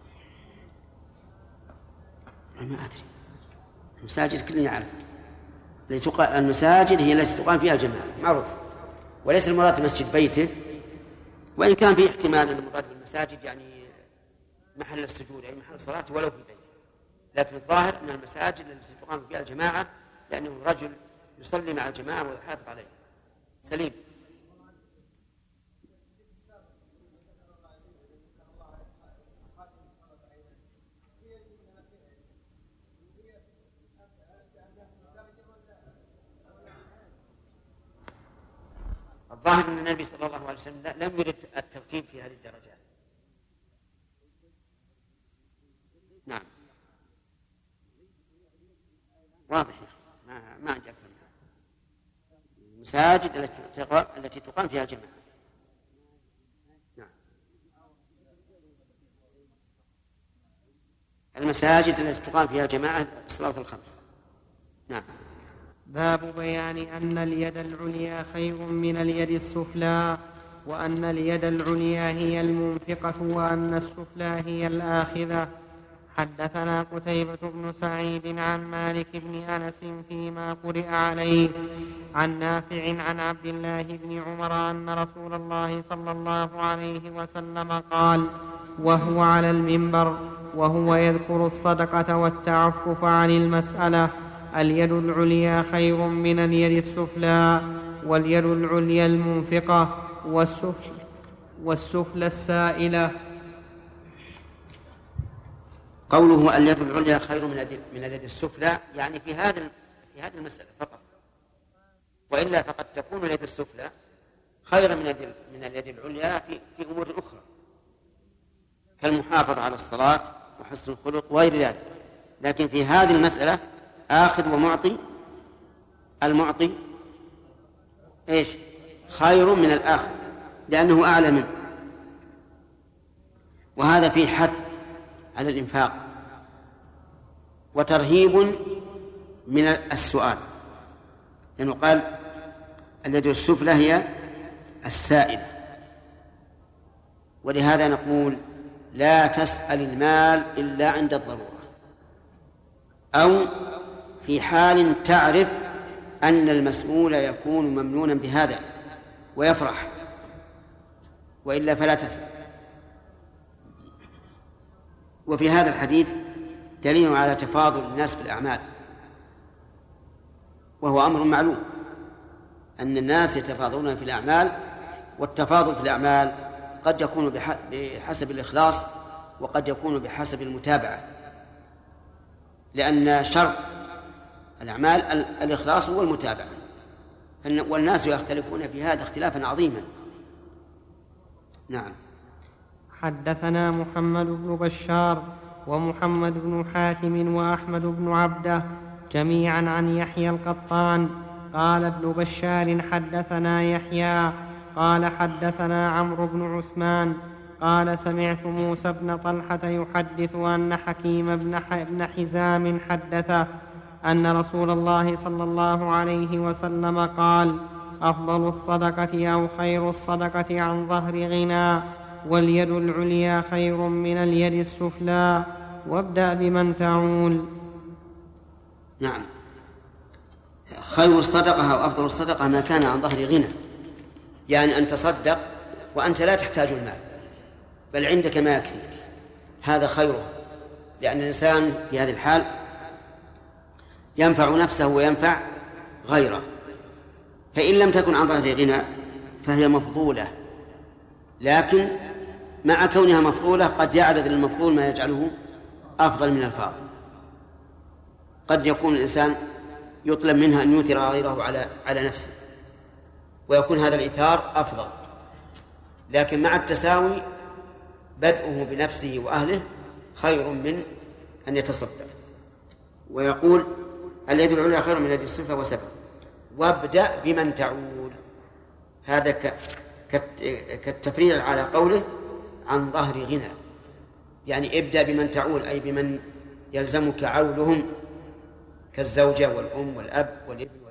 المسجد؟ ما أدري. المساجد كلنا يعرف. المساجد هي التي تقام فيها الجماعة معروف، وليس المراد مسجد بيته، وإن كان في احتمال أن المراد بالمساجد يعني محل السجود أي محل الصلاة ولو في بيته، لكن الظاهر أن المساجد التي تقام فيها الجماعة لأنه رجل يصلي مع الجماعة ويحافظ عليه. سليم. الظاهر أن النبي صلى الله عليه وسلم لم يرد الترتيب في هذه الدرجات. نعم واضح ما ما عندي أكثر منها. المساجد التي التي تقام فيها جماعة. نعم المساجد التي تقام فيها جماعة الصلاة الخمس. نعم. باب بيان أن اليد العليا خير من اليد السفلى، وأن اليد العليا هي المنفقة وأن السفلى هي الآخذة. حدثنا قتيبة بن سعيد عن مالك بن أنس فيما قرئ عليه عن نافع عن عبد الله بن عمر أن رسول الله صلى الله عليه وسلم قال وهو على المنبر وهو يذكر الصدقة والتعفف عن المسألة: اليد العليا خير من اليد السفلى، واليد العليا المنفقة، والسفل والسفلى السائلة. قوله اليد العليا خير من اليد السفلى يعني في هذا في هذه المسألة فقط، وإلا فقد تكون اليد السفلى خير من اليد من اليد العليا في في أمور أخرى كالمحافظة على الصلاة وحسن الخلق وغير ذلك، لكن في هذه المسألة آخذ ومعطي، المعطي إيش خير من الآخر لأنه أعلى منه، وهذا فيه حث على الإنفاق وترهيب من السؤال، لأنه قال اليد السفلى هي السائلة، ولهذا نقول لا تسأل المال إلا عند الضرورة أو في حال تعرف أن المسؤول يكون ممنونا بهذا ويفرح، وإلا فلا تسأل. وفي هذا الحديث دليل على تفاضل الناس في الأعمال، وهو أمر معلوم أن الناس يتفاضلون في الأعمال، والتفاضل في الأعمال قد يكون بحسب الإخلاص وقد يكون بحسب المتابعة، لأن شرط الأعمال الإخلاص والمتابعة، والناس يختلفون في هذا اختلافا عظيما. نعم. حدثنا محمد بن بشار ومحمد بن حاتم وأحمد بن عبده جميعا عن يحيى القطان قال ابن بشار حدثنا يحيى قال حدثنا عمرو بن عثمان قال سمعت موسى بن طلحة يحدث أن حكيم بن حزام حدثه أن رسول الله صلى الله عليه وسلم قال أفضل الصدقة أو خير الصدقة عن ظهر غنى، واليد العليا خير من اليد السفلى، وابدأ بمن تعول. نعم. خير الصدقة أو أفضل الصدقة ما كان عن ظهر غنى، يعني أن تصدق وأنت لا تحتاج المال بل عندك ما يكفي، هذا خيره، لأن الإنسان في هذه الحال ينفع نفسه وينفع غيره. فإن لم تكن عن ظهر غنى فهي مفضولة، لكن مع كونها مفضولة قد يعرض للمفضول ما يجعله أفضل من الفاضل. قد يكون الإنسان يطلب منها أن يؤثر غيره على على نفسه، ويكون هذا الإيثار أفضل، لكن مع التساوي بدءه بنفسه وأهله خير من أن يتصدق. ويقول اليد العليا خير من اليد السفلى وسبب. وابدأ بمن تعول، هذا كالتفريع على قوله عن ظهر غنى، يعني ابدأ بمن تعول أي بمن يلزمك عولهم كالزوجة والأم والأب والابن